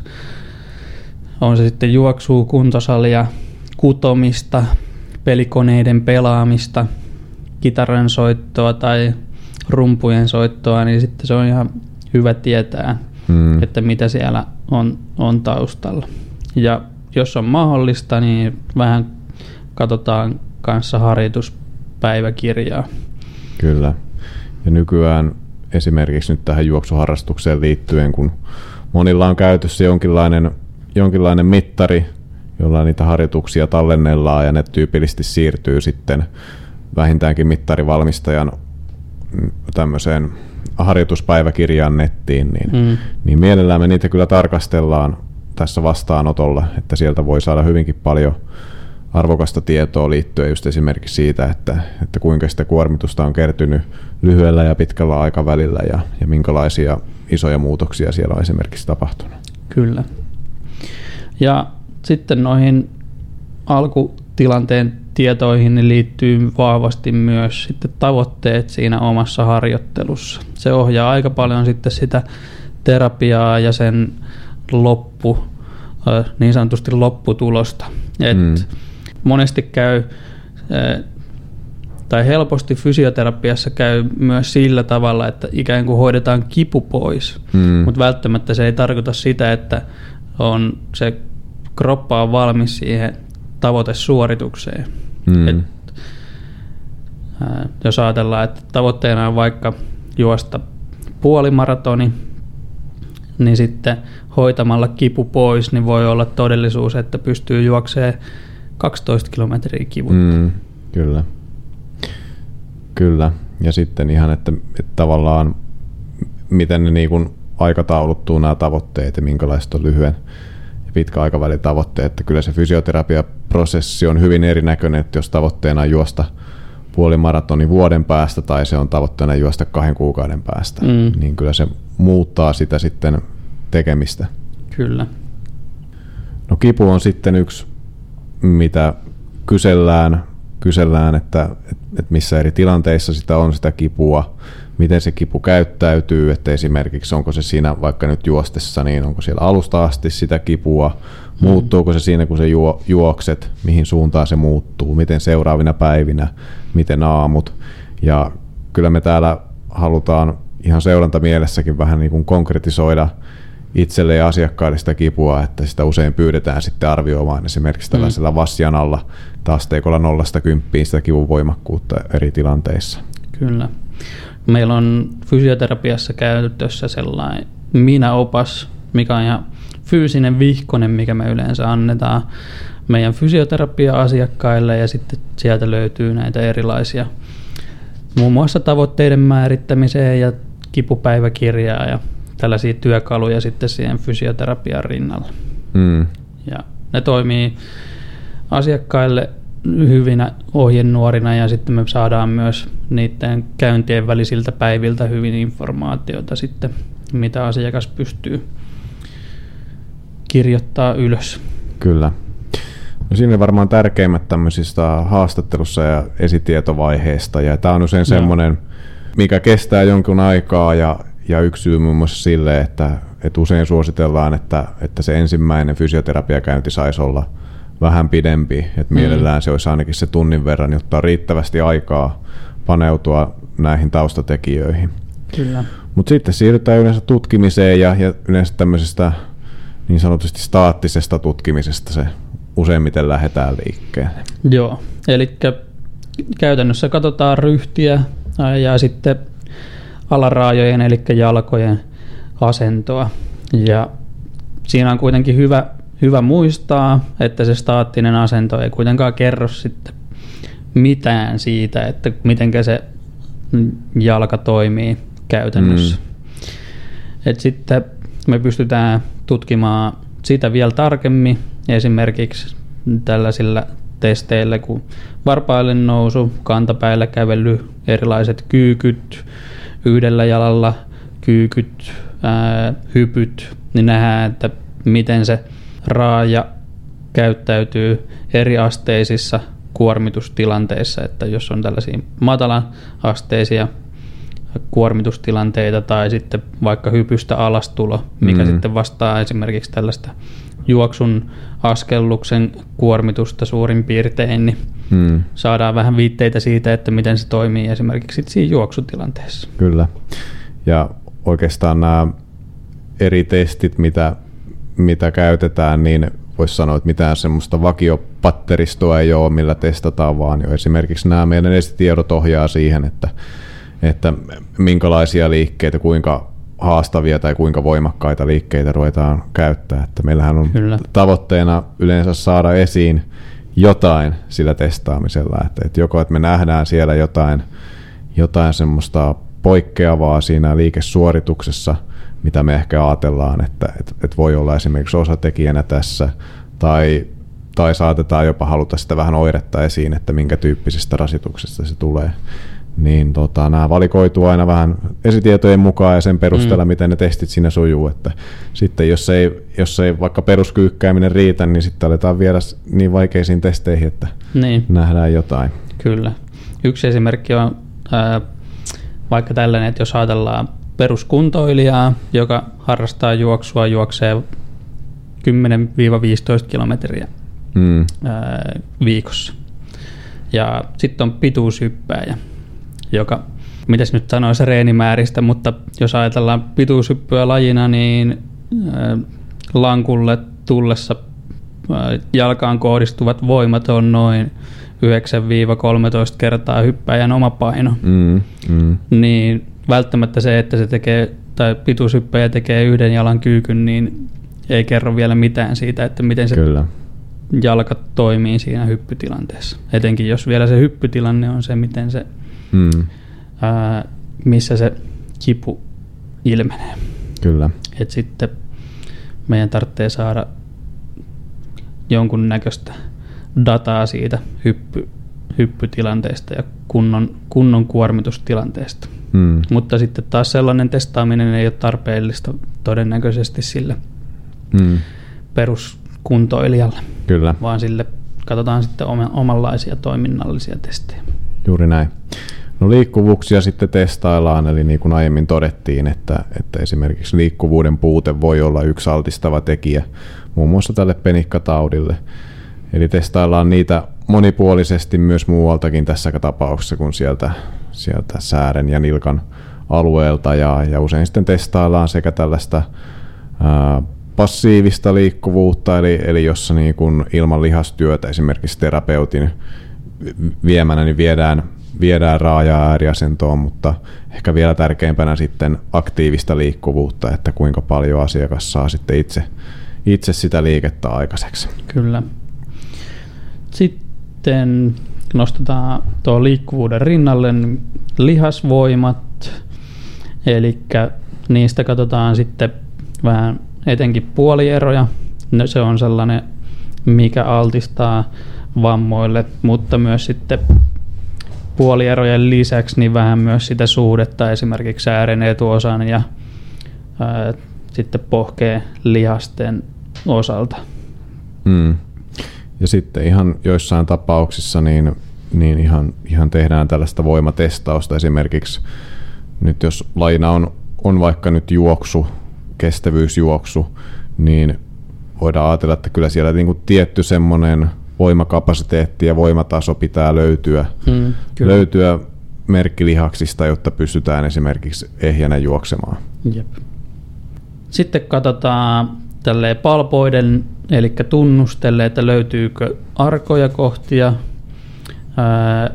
on se sitten juoksua, kuntosalia, kutomista, pelikoneiden pelaamista, kitaran soittoa tai rumpujen soittoa, niin sitten se on ihan hyvä tietää, hmm. että mitä siellä on, on taustalla. Ja jos on mahdollista, niin vähän katsotaan kanssa harjoituspäiväkirjaa. Kyllä. Ja nykyään esimerkiksi nyt tähän juoksuharrastukseen liittyen, kun monilla on käytössä jonkinlainen, jonkinlainen mittari, jolla niitä harjoituksia tallennellaan ja ne tyypillisesti siirtyy sitten vähintäänkin mittarivalmistajan tämmöiseen harjoituspäiväkirjaan nettiin, niin, mm. niin mielellään me niitä kyllä tarkastellaan tässä vastaanotolla, että sieltä voi saada hyvinkin paljon arvokasta tietoa liittyen just esimerkiksi siitä, että, että kuinka sitä kuormitusta on kertynyt lyhyellä ja pitkällä aikavälillä ja, ja minkälaisia isoja muutoksia siellä on esimerkiksi tapahtunut. Kyllä. Ja sitten noihin alkutilanteen tietoihin niin liittyy vahvasti myös sitten tavoitteet siinä omassa harjoittelussa. Se ohjaa aika paljon sitten sitä terapiaa ja sen loppu, niin sanotusti lopputulosta. Et mm. monesti käy, tai helposti fysioterapiassa käy myös sillä tavalla, että ikään kuin hoidetaan kipu pois, mm. mutta välttämättä se ei tarkoita sitä, että on se kroppa on valmis siihen tavoitesuoritukseen. Mm. Et, ää, jos ajatellaan, että tavoitteena on vaikka juosta puolimaratoni, niin sitten hoitamalla kipu pois, niin voi olla todellisuus, että pystyy juoksemaan kaksitoista kilometriä kivutta. Mm, kyllä. Kyllä. Ja sitten ihan, että, että tavallaan miten ne niin kuin aikatauluttuu nämä tavoitteet ja minkälaiset on lyhyen ja pitkän aikavälin tavoitteet. Että kyllä se fysioterapiaprosessi on hyvin erinäköinen, että jos tavoitteena on juosta puolimaratoni vuoden päästä tai se on tavoitteena juosta kahden kuukauden päästä, mm. niin kyllä se muuttaa sitä sitten tekemistä. Kyllä. No kipu on sitten yksi, mitä kysellään, kysellään että, että missä eri tilanteissa sitä on sitä kipua, miten se kipu käyttäytyy, että esimerkiksi onko se siinä vaikka nyt juostessa, niin onko siellä alusta asti sitä kipua, muuttuuko se siinä kun se juo, juokset, mihin suuntaan se muuttuu, miten seuraavina päivinä, miten aamut. Ja kyllä me täällä halutaan ihan seurantamielessäkin vähän niin kuin konkretisoida itselle ja asiakkaille sitä kipua, että sitä usein pyydetään sitten arvioimaan esimerkiksi tällaisella mm. vassianalla asteikolla nollasta kymppiin sitä kivun voimakkuutta eri tilanteissa. Kyllä. Meillä on fysioterapiassa käytössä sellainen minä-opas, mikä on ihan fyysinen vihkonen, mikä me yleensä annetaan meidän fysioterapia-asiakkaille, ja sitten sieltä löytyy näitä erilaisia muun muassa tavoitteiden määrittämiseen ja kipupäiväkirjaa ja tällaisia työkaluja sitten siihen fysioterapian rinnalla. Mm. Ja ne toimii asiakkaille hyvinä ohjenuorina, ja sitten me saadaan myös niiden käyntien välisiltä päiviltä hyvin informaatiota sitten, mitä asiakas pystyy kirjoittaa ylös. Kyllä. No siinä on varmaan tärkeimmät tämmöisistä haastattelussa ja esitietovaiheesta, ja tämä on usein semmoinen, mikä kestää jonkun aikaa, ja, ja yksi syy muun muassa sille, että, että usein suositellaan, että, että se ensimmäinen fysioterapiakäynti saisi olla vähän pidempi, että mielellään se olisi ainakin se tunnin verran, jotta on riittävästi aikaa paneutua näihin taustatekijöihin. Kyllä. Mutta sitten siirrytään yleensä tutkimiseen ja, ja yleensä tämmöisestä niin sanotusti staattisesta tutkimisesta se useimmiten lähdetään liikkeelle. Joo, eli käytännössä katsotaan ryhtiä ja sitten alaraajojen eli jalkojen asentoa. Ja siinä on kuitenkin hyvä, hyvä muistaa, että se staattinen asento ei kuitenkaan kerro sitten mitään siitä, että miten se jalka toimii käytännössä. Mm. Et sitten me pystytään tutkimaan sitä vielä tarkemmin, esimerkiksi tällaisilla testeillä kuin varpaille nousu, kantapäillä kävely, erilaiset kyykyt, yhdellä jalalla kyykyt, ää, hypyt, niin nähdään, että miten se raaja käyttäytyy eri asteisissa kuormitustilanteissa, että jos on tällaisia matalan asteisia kuormitustilanteita tai sitten vaikka hypystä alastulo, mikä mm. sitten vastaa esimerkiksi tällaista juoksun askelluksen kuormitusta suurin piirtein, niin mm. saadaan vähän viitteitä siitä, että miten se toimii esimerkiksi siinä juoksutilanteessa. Kyllä. Ja oikeastaan nämä eri testit, mitä, mitä käytetään, niin voisi sanoa, että mitään semmoista vakiopatteristoa ei ole, millä testataan, vaan jo esimerkiksi nämä meidän esitiedot ohjaa siihen, että että minkälaisia liikkeitä, kuinka haastavia tai kuinka voimakkaita liikkeitä ruvetaan käyttää. Että meillähän on Kyllä. tavoitteena yleensä saada esiin jotain sillä testaamisella. Että, että joko että me nähdään siellä jotain, jotain semmoista poikkeavaa siinä liikesuorituksessa, mitä me ehkä ajatellaan, että, että, että voi olla esimerkiksi osatekijänä tässä, tai, tai saatetaan jopa haluta sitä vähän oiretta esiin, että minkä tyyppisestä rasituksesta se tulee. Niin tota, nämä valikoituu aina vähän esitietojen mukaan ja sen perusteella, mm. miten ne testit siinä sujuu. Että sitten jos ei, jos ei vaikka peruskyykkääminen riitä, niin sitten aletaan viedä niin vaikeisiin testeihin, että niin. nähdään jotain. Kyllä. Yksi esimerkki on ää, vaikka tällainen, että jos ajatellaan peruskuntoilijaa, joka harrastaa juoksua, juoksee kymmenen viisitoista kilometriä mm. ää, viikossa. Ja sitten on pituushyppääjä, joka, mitäs nyt sanoisi reenimääristä, mutta jos ajatellaan pituushyppyä lajina, niin ää, lankulle tullessa ää, jalkaan kohdistuvat voimat on noin yhdeksän kolmetoista kertaa hyppäjän oma paino. Mm, mm. Niin välttämättä se, että se tekee, tai pituushyppäjä tekee yhden jalan kyykyn, niin ei kerro vielä mitään siitä, että miten se Kyllä. jalka toimii siinä hyppytilanteessa. Etenkin jos vielä se hyppytilanne on se, miten se, mm. ää, missä se kipu ilmenee. Kyllä. Et sitten meidän tarvitsee saada jonkun näköistä dataa siitä hyppy, hyppytilanteesta ja kunnon, kunnon kuormitustilanteesta. Hmm. Mutta sitten taas sellainen testaaminen ei ole tarpeellista todennäköisesti sille hmm. peruskuntoilijalle, Kyllä. vaan sille katsotaan sitten omanlaisia toiminnallisia testejä. Juuri näin. No liikkuvuuksia sitten testaillaan, eli niin kuin aiemmin todettiin, että, että esimerkiksi liikkuvuuden puute voi olla yksi altistava tekijä muun muassa tälle penikkataudille. Eli testaillaan niitä monipuolisesti myös muualtakin tässä tapauksessa kuin sieltä, sieltä säären ja nilkan alueelta. Ja, ja usein sitten testaillaan sekä tällaista ää, passiivista liikkuvuutta, eli, eli jossa niin kuin ilman lihastyötä esimerkiksi terapeutin viemänä niin viedään, viedään raajaa ääriasentoon, mutta ehkä vielä tärkeimpänä sitten aktiivista liikkuvuutta, että kuinka paljon asiakas saa sitten itse, itse sitä liikettä aikaiseksi. Kyllä. Sitten nostetaan tuo liikkuvuuden rinnalle lihasvoimat, eli niistä katsotaan sitten vähän etenkin puolieroja. No, se on sellainen, mikä altistaa vammoille, mutta myös sitten puolierojen lisäksi niin vähän myös sitä suhdetta esimerkiksi äären etuosan ja ää, sitten pohkeen lihasten osalta. Mm. Ja sitten ihan joissain tapauksissa niin, niin ihan, ihan tehdään tällaista voimatestausta. Esimerkiksi nyt jos lajina on, on vaikka nyt juoksu, kestävyysjuoksu, niin voidaan ajatella, että kyllä siellä niin kuin tietty semmoinen voimakapasiteetti ja voimataso pitää löytyä, mm, löytyä merkkilihaksista, jotta pystytään esimerkiksi ehjänä juoksemaan. Jep. Sitten katsotaan tälleen palpoiden, eli tunnustelle, että löytyykö arkoja kohtia ää,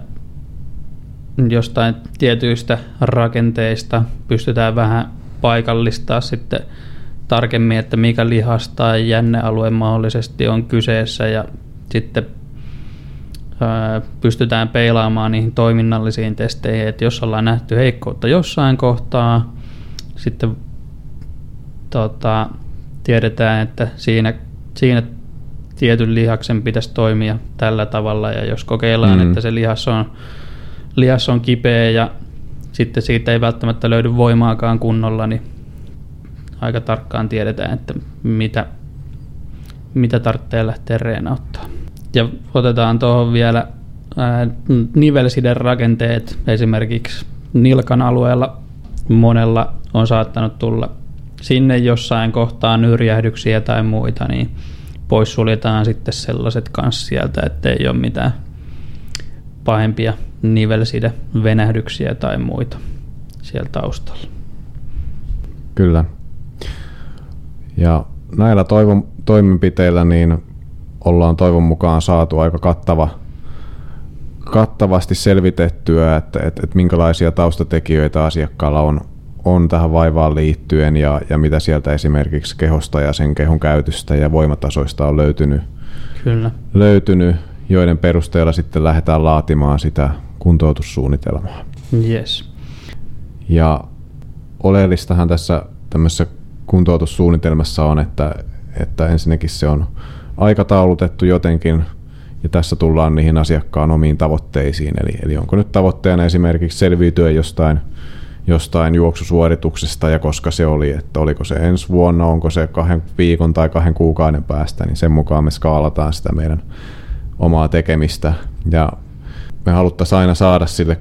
jostain tietyistä rakenteista. Pystytään vähän paikallistaa sitten tarkemmin, että mikä lihas tai jännealue mahdollisesti on kyseessä, ja sitten ää, pystytään peilaamaan niihin toiminnallisiin testeihin, että jos ollaan nähty heikkoutta jossain kohtaa, sitten tota, tiedetään, että siinä, siinä tietyn lihaksen pitäisi toimia tällä tavalla, ja jos kokeillaan, mm. että se lihas on, lihas on kipeä ja sitten siitä ei välttämättä löydy voimaakaan kunnolla, niin aika tarkkaan tiedetään, että mitä, mitä tarvitsee lähteä reenauttaa. Ja otetaan tuohon vielä ää, nivelsiden rakenteet, esimerkiksi nilkan alueella monella on saattanut tulla sinne jossain kohtaa nyrjähdyksiä tai muita, niin poissuljetaan sitten sellaiset kanssa sieltä, ettei ole mitään pahempia nivelside venähdyksiä tai muita siellä taustalla. Kyllä. Ja näillä toivon, toimenpiteillä niin ollaan toivon mukaan saatu aika kattava, kattavasti selvitettyä, että, että, että minkälaisia taustatekijöitä asiakkaalla on, on tähän vaivaan liittyen ja, ja mitä sieltä esimerkiksi kehosta ja sen kehon käytöstä ja voimatasoista on löytynyt, Kyllä. löytynyt joiden perusteella sitten lähdetään laatimaan sitä kuntoutussuunnitelmaa. Yes. Ja oleellistahan tässä tämmöisessä kuntoutussuunnitelmassa on, että, että ensinnäkin se on aikataulutettu jotenkin, ja tässä tullaan niihin asiakkaan omiin tavoitteisiin. Eli, eli onko nyt tavoitteena esimerkiksi selviytyä jostain, jostain juoksusuorituksesta, ja koska se oli, että oliko se ensi vuonna, onko se kahden viikon tai kahden kuukauden päästä, niin sen mukaan me skaalataan sitä meidän omaa tekemistä. Ja me haluttaisiin aina saada sille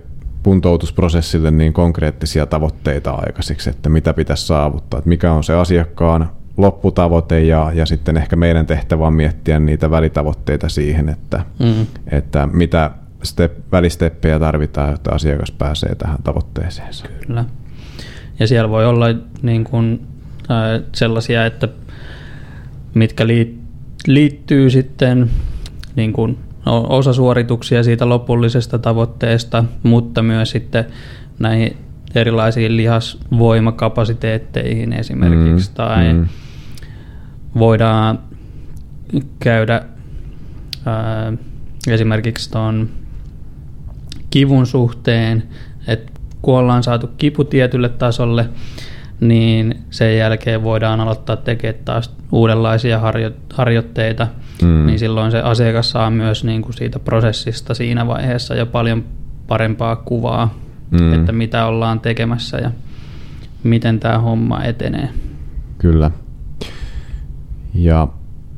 kuntoutusprosessille niin konkreettisia tavoitteita aikaiseksi, että mitä pitäisi saavuttaa, että mikä on se asiakkaan lopputavoite ja, ja sitten ehkä meidän tehtävä on miettiä niitä välitavoitteita siihen, että, mm. että mitä step, välisteppejä tarvitaan, jotta asiakas pääsee tähän tavoitteeseen. Kyllä. Ja siellä voi olla niin kuin, äh, sellaisia, että mitkä liittyy sitten niin kuin osa suorituksia siitä lopullisesta tavoitteesta, mutta myös sitten näihin erilaisiin lihasvoimakapasiteetteihin esimerkiksi, mm, tai mm. voidaan käydä ää, esimerkiksi tuon kivun suhteen, että kun ollaan saatu kipu tietylle tasolle, niin sen jälkeen voidaan aloittaa tekemään taas uudenlaisia harjo- harjoitteita, mm. niin silloin se asiakas saa myös niin kuin siitä prosessista siinä vaiheessa jo paljon parempaa kuvaa, mm. että mitä ollaan tekemässä ja miten tämä homma etenee. Kyllä. Ja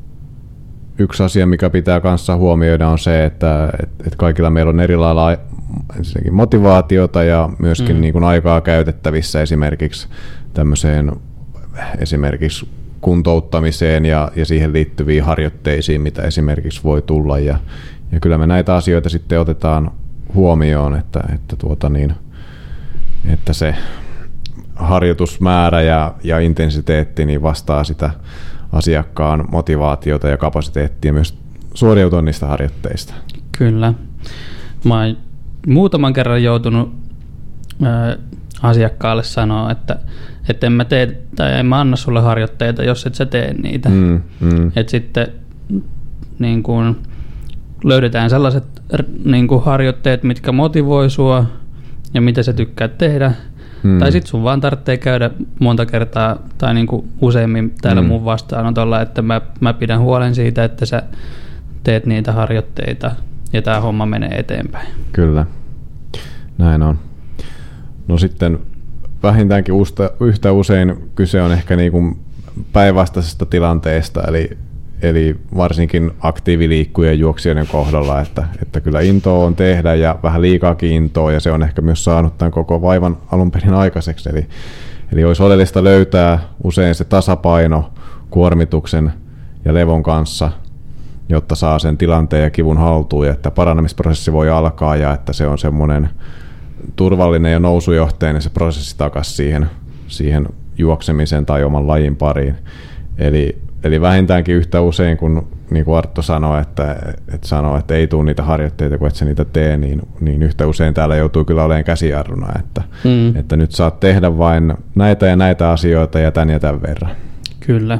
yksi asia, mikä pitää kanssa huomioida, on se, että, että kaikilla meillä on eri lailla ensinnäkin motivaatiota ja myöskin mm. niin kuin aikaa käytettävissä esimerkiksi tämmöiseen esimerkiksi kuntouttamiseen ja, ja siihen liittyviin harjoitteisiin, mitä esimerkiksi voi tulla. Ja, ja kyllä me näitä asioita sitten otetaan huomioon, että, että, tuota niin, että se harjoitusmäärä ja, ja intensiteetti niin vastaa sitä asiakkaan motivaatiota ja kapasiteettia myös suoriutua niistä harjoitteista. Kyllä. Mä oon muutaman kerran joutunut ää, asiakkaalle sanoa, että, että en mä tee tai en mä anna sulle harjoitteita, jos et sä tee niitä. Mm, mm. Et sitten niin kun löydetään sellaiset niin kun harjoitteet, mitkä motivoi sua ja mitä sä tykkäät tehdä. Hmm. Tai sit sun vaan tarvitsee käydä monta kertaa tai niinku useammin täällä hmm. mun vastaanotolla, että mä, mä pidän huolen siitä, että sä teet niitä harjoitteita ja tää homma menee eteenpäin. Kyllä, näin on. No sitten vähintäänkin usta, yhtä usein kyse on ehkä niinku päinvastaisesta tilanteesta, eli, eli varsinkin aktiiviliikkujien juoksijoiden kohdalla, että, että kyllä intoa on tehdä ja vähän liikaakin intoa, ja se on ehkä myös saanut tämän koko vaivan alun perin aikaiseksi. Eli, eli olisi oleellista löytää usein se tasapaino kuormituksen ja levon kanssa, jotta saa sen tilanteen ja kivun haltuun, ja että paranemisprosessi voi alkaa, ja että se on semmoinen turvallinen ja nousujohteinen se prosessi takaisin siihen, siihen juoksemiseen tai oman lajin pariin. Eli Eli vähintäänkin yhtä usein, kun niin kuin Arttu sanoi, että, että, sanoo, että ei tule niitä harjoitteita, kun et sä niitä tee, niin, niin yhtä usein täällä joutuu kyllä olemaan käsijarruna, että, mm. että nyt saat tehdä vain näitä ja näitä asioita ja tän ja tän verran. Kyllä.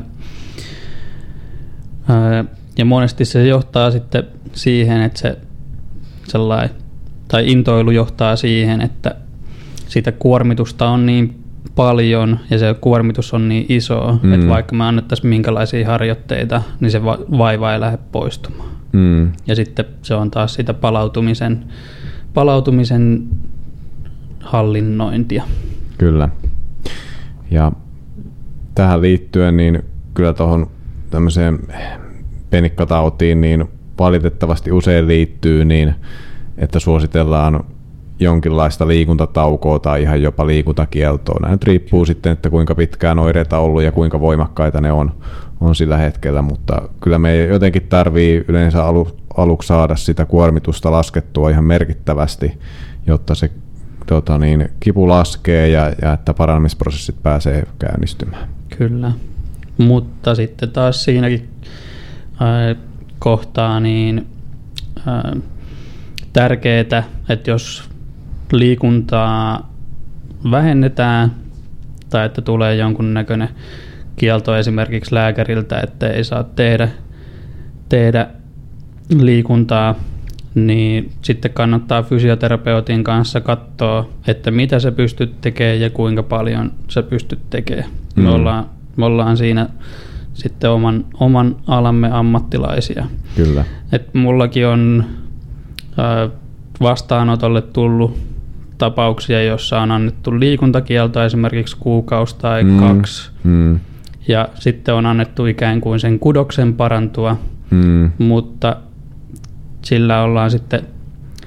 Ja monesti se johtaa sitten siihen, että se sellainen, tai intoilu johtaa siihen, että sitä kuormitusta on niin paljon ja se kuormitus on niin iso, mm. että vaikka me annettaisiin minkälaisia harjoitteita, niin se vaiva ei lähde poistumaan. Mm. Ja sitten se on taas sitä palautumisen, palautumisen hallinnointia. Kyllä. Ja tähän liittyen niin kyllä tuohon tämmöiseen penikkatautiin niin valitettavasti usein liittyy niin, että suositellaan jonkinlaista liikuntataukoa tai ihan jopa liikuntakieltoa. Nämä nyt riippuu sitten, että kuinka pitkään oireita on ollut ja kuinka voimakkaita ne on, on sillä hetkellä, mutta kyllä me jotenkin tarvii yleensä alu, aluksi saada sitä kuormitusta laskettua ihan merkittävästi, jotta se tota niin, kipu laskee ja, ja että paranemisprosessit pääsee käynnistymään. Kyllä, mutta sitten taas siinäkin äh, kohtaa niin äh, tärkeää, että jos liikuntaa vähennetään tai että tulee jonkunnäköinen kielto esimerkiksi lääkäriltä, että ei saa tehdä, tehdä liikuntaa, niin sitten kannattaa fysioterapeutin kanssa katsoa, että mitä sä pystyt tekemään ja kuinka paljon sä pystyt tekemään. Mm. Me, ollaan, me ollaan siinä sitten oman, oman alamme ammattilaisia. Kyllä. Et mullakin on äh, vastaanotolle tullut tapauksia, joissa on annettu liikuntakielto esimerkiksi kuukausi tai mm, kaksi. Mm. Ja sitten on annettu ikään kuin sen kudoksen parantua, mm. mutta sillä ollaan sitten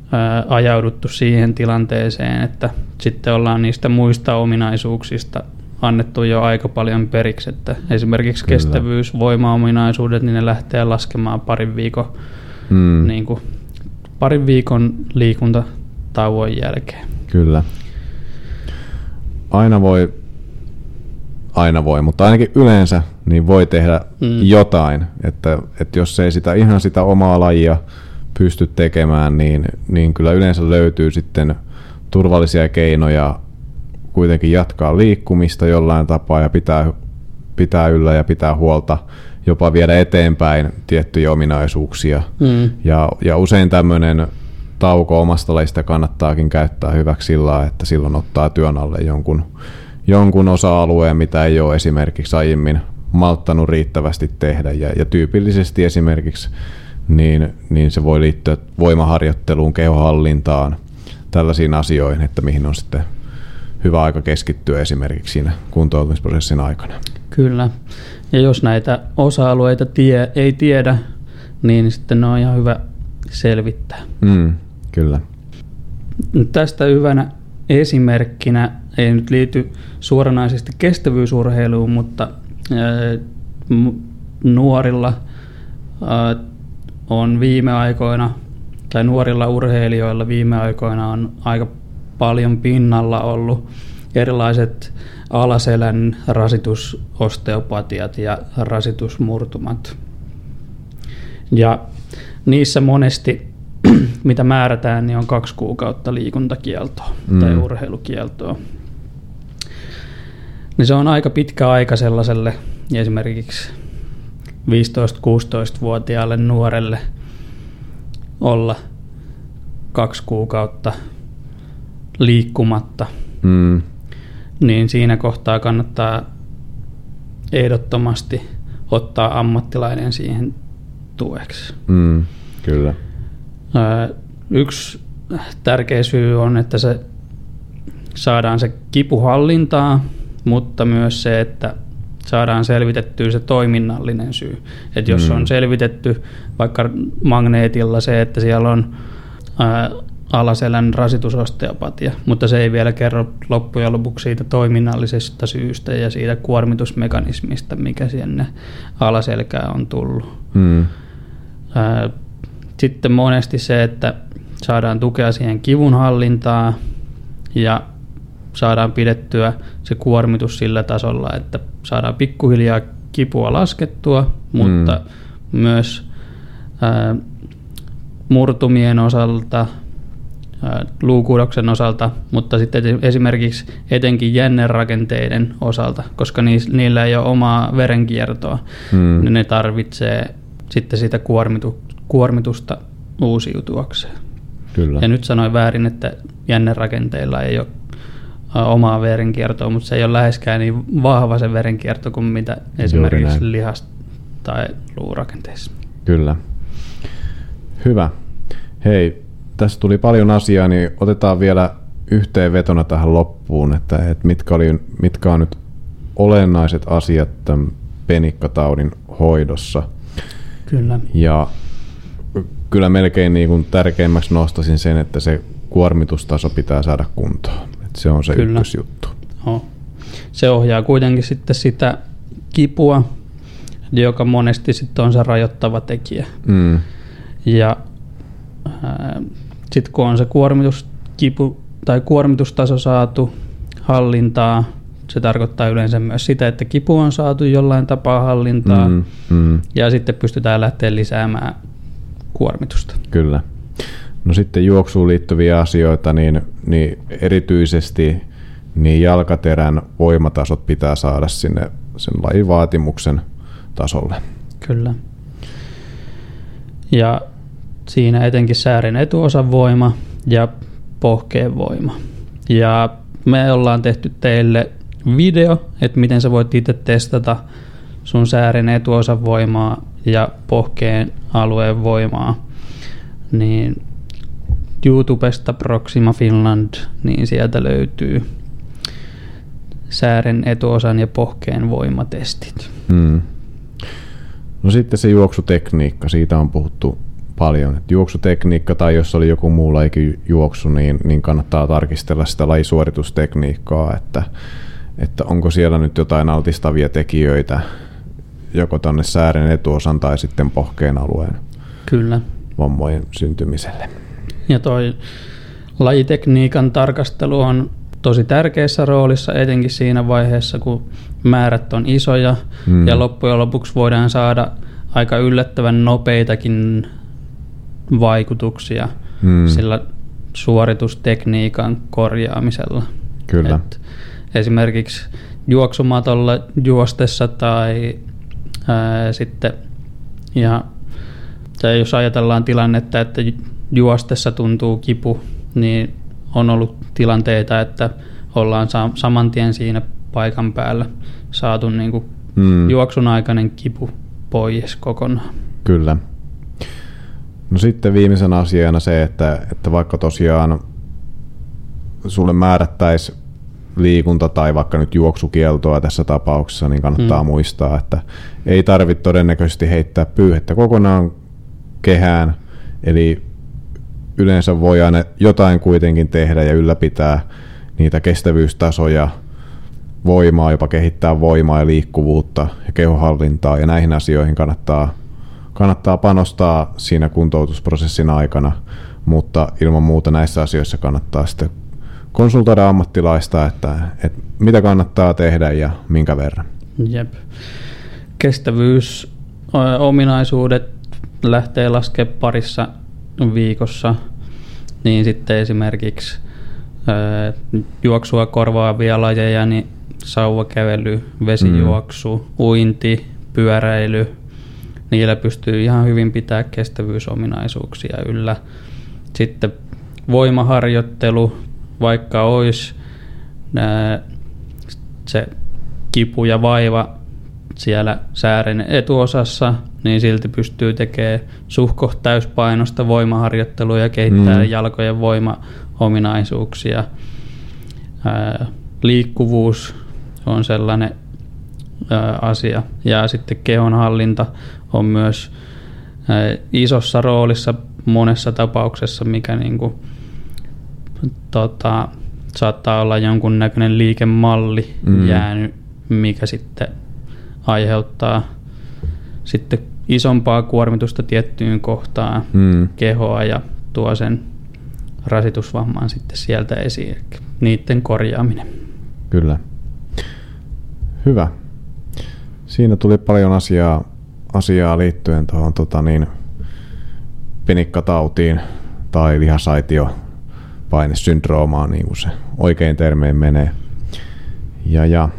ää, ajauduttu siihen tilanteeseen, että sitten ollaan niistä muista ominaisuuksista annettu jo aika paljon periksi, että esimerkiksi Kyllä. kestävyys, voimaominaisuudet, niin ne lähtee laskemaan parin viikon, hmm. niin kuin, parin viikon liikuntatauon jälkeen. Kyllä. Aina voi, aina voi, mutta ainakin yleensä niin voi tehdä hmm. jotain, että, että jos ei sitä ihan sitä omaa lajia pysty tekemään, niin, niin kyllä yleensä löytyy sitten turvallisia keinoja kuitenkin jatkaa liikkumista jollain tapaa ja pitää, pitää yllä ja pitää huolta, jopa viedä eteenpäin tiettyjä ominaisuuksia. Mm. Ja, ja usein tämmöinen tauko omasta lajista kannattaakin käyttää hyväksi sillä, että silloin ottaa työn alle jonkun, jonkun osa-alueen, mitä ei ole esimerkiksi aiemmin malttanut riittävästi tehdä. Ja, ja tyypillisesti esimerkiksi niin, niin se voi liittyä voimaharjoitteluun, kehohallintaan, tällaisiin asioihin, että mihin on sitten hyvä aika keskittyä esimerkiksi siinä kuntoutumisprosessin aikana. Kyllä. Ja jos näitä osa-alueita tie, ei tiedä, niin sitten ne on ihan hyvä selvittää. Mm, kyllä. Tästä hyvänä esimerkkinä ei nyt liity suoranaisesti kestävyysurheiluun, mutta nuorilla on viime aikoina, tai nuorilla urheilijoilla viime aikoina on aika paljon pinnalla ollut erilaiset alaselän rasitusosteopatiat ja rasitusmurtumat. Ja niissä monesti, mitä määrätään, niin on kaksi kuukautta liikuntakieltoa mm. tai urheilukieltoa. Niin se on aika pitkä aika sellaiselle esimerkiksi viisitoista-kuusitoista-vuotiaalle nuorelle olla kaksi kuukautta liikkumatta, mm. niin siinä kohtaa kannattaa ehdottomasti ottaa ammattilainen siihen tueksi. Mm, kyllä. Yksi tärkeä syy on, että se saadaan se kipuhallintaa, mutta myös se, että saadaan selvitettyä se toiminnallinen syy. Että jos mm. on selvitetty vaikka magneetilla se, että siellä on ää, alaselän rasitusosteopatia, mutta se ei vielä kerro loppujen lopuksi siitä toiminnallisesta syystä ja siitä kuormitusmekanismista, mikä sinne alaselkään on tullut. Mm. Ää, sitten monesti se, että saadaan tukea siihen kivunhallintaan ja saadaan pidettyä se kuormitus sillä tasolla, että saadaan pikkuhiljaa kipua laskettua, mutta mm. myös ää, murtumien osalta, ää, luukudoksen osalta, mutta sitten esimerkiksi etenkin jännerakenteiden osalta, koska niillä ei ole omaa verenkiertoa, mm. niin ne tarvitsee sitten sitä kuormitu, kuormitusta uusiutuakseen. Kyllä. Ja nyt sanoin väärin, että jännerakenteilla ei ole omaa verenkiertoa, mutta se ei ole läheskään niin vahva se verenkierto kuin mitä esimerkiksi lihas- tai luurakenteissa. Kyllä. Hyvä. Hei, tässä tuli paljon asiaa, niin otetaan vielä yhteenvetona tähän loppuun, että, että mitkä, oli, mitkä on nyt olennaiset asiat tämän penikkataudin hoidossa. Kyllä. Ja kyllä melkein niin kuin tärkeimmäksi nostaisin sen, että se kuormitustaso pitää saada kuntoon. Että se on se Kyllä. ykkösjuttu. Oh. Se ohjaa kuitenkin sitten sitä kipua, joka monesti sitten on se rajoittava tekijä. Mm. Ja äh, sitten kun on se kuormituskipu tai kuormitustaso saatu hallintaa, se tarkoittaa yleensä myös sitä, että kipu on saatu jollain tapaa hallintaa mm, mm. ja sitten pystytään lähteä lisäämään kuormitusta. Kyllä. No sitten juoksuun liittyviä asioita, niin, niin erityisesti niin jalkaterän voimatasot pitää saada sinne sen lajin vaatimuksen tasolle. Kyllä. Ja siinä etenkin säärin etuosan voima ja pohkeen voima. Ja me ollaan tehty teille video, että miten sä voit itse testata sun säärin etuosan voimaa ja pohkeen alueen voimaa. Niin YouTubesta Proxima Finland, niin sieltä löytyy säären etuosan ja pohkeen voimatestit. Hmm. No sitten se juoksutekniikka, siitä on puhuttu paljon. Et juoksutekniikka tai jos oli joku muu lajikin juoksu, niin, niin kannattaa tarkistella sitä lajisuoritustekniikkaa, että, että onko siellä nyt jotain altistavia tekijöitä joko tuonne säären etuosan tai sitten pohkeen alueen Kyllä. vammojen syntymiselle. Ja toi lajitekniikan tarkastelu on tosi tärkeässä roolissa, etenkin siinä vaiheessa, kun määrät on isoja mm. ja loppujen lopuksi voidaan saada aika yllättävän nopeitakin vaikutuksia mm. sillä suoritustekniikan korjaamisella. Kyllä. Et esimerkiksi juoksumatolla juostessa tai ää, sitten ja, tai jos ajatellaan tilannetta, että juostessa tuntuu kipu, niin on ollut tilanteita, että ollaan saman tien siinä paikan päällä saatu niin kuin mm. juoksun aikainen kipu pois kokonaan. Kyllä. No sitten viimeisenä asiana se, että, että vaikka tosiaan sulle määrättäisiin liikunta tai vaikka nyt juoksukieltoa tässä tapauksessa, niin kannattaa mm. muistaa, että ei tarvitse todennäköisesti heittää pyyhettä kokonaan kehään, eli yleensä voi aina jotain kuitenkin tehdä ja ylläpitää niitä kestävyystasoja, voimaa, jopa kehittää voimaa ja liikkuvuutta ja kehonhallintaa, ja näihin asioihin kannattaa, kannattaa panostaa siinä kuntoutusprosessin aikana, mutta ilman muuta näissä asioissa kannattaa sitten konsultoida ammattilaista, että, että mitä kannattaa tehdä ja minkä verran. Jep. Kestävyysominaisuudet lähtee laskemaan parissa viikossa, niin sitten esimerkiksi ää, juoksua korvaavia lajeja, niin sauvakävely, vesijuoksu, mm. uinti, pyöräily, niillä pystyy ihan hyvin pitää kestävyysominaisuuksia yllä. Sitten voimaharjoittelu, vaikka olisi ää, se kipu ja vaiva siellä säären etuosassa, niin silti pystyy tekemään suhkoht täyspainosta voimaharjoittelua ja kehittää mm. jalkojen voimaominaisuuksia. Ää, liikkuvuus on sellainen ää, asia. Ja sitten kehonhallinta on myös ää, isossa roolissa monessa tapauksessa, mikä niinku, tota, saattaa olla jonkunnäköinen liikemalli mm. jäänyt, mikä sitten aiheuttaa sitten isompaa kuormitusta tiettyyn kohtaan mm. kehoa ja tuo sen rasitusvamman sitten sieltä esiin. Niiden korjaaminen. Kyllä. Hyvä. Siinä tuli paljon asiaa, asiaa liittyen tuohon tota niin, penikkatautiin tai lihasaitiopainesyndroomaan, niin kuin se oikein termeen menee. Ja, ja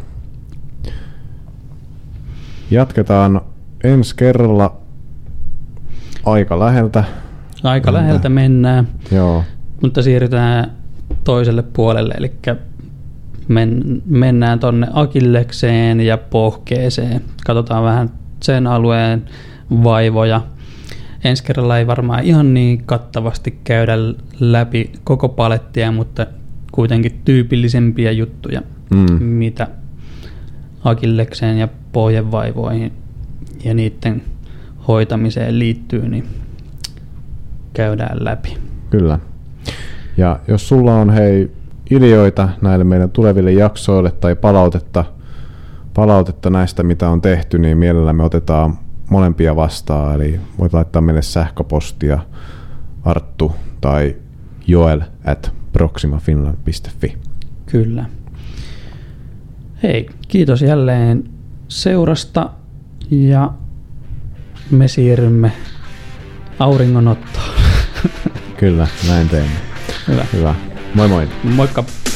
jatketaan ensi kerralla aika läheltä. Aika Mennään. läheltä mennään, Joo. mutta siirrytään toiselle puolelle, eli men, mennään tonne akillekseen ja pohkeeseen. Katsotaan vähän sen alueen vaivoja. Ensi kerralla ei varmaan ihan niin kattavasti käydä läpi koko palettia, mutta kuitenkin tyypillisempiä juttuja, mm. mitä akillekseen ja pohjevaivoihin ja niiden hoitamiseen liittyy, niin käydään läpi. Kyllä. Ja jos sulla on hei ideoita näille meidän tuleville jaksoille tai palautetta, palautetta näistä, mitä on tehty, niin mielellämme otetaan molempia vastaan. Eli voit laittaa meille sähköpostia arttu tai joel at proximafinland piste fi. Kyllä. Hei, kiitos jälleen seurasta ja me siirrymme auringonottoon. Kyllä, näin teemme. Hyvä. Hyvä. Moi moi. Moikka.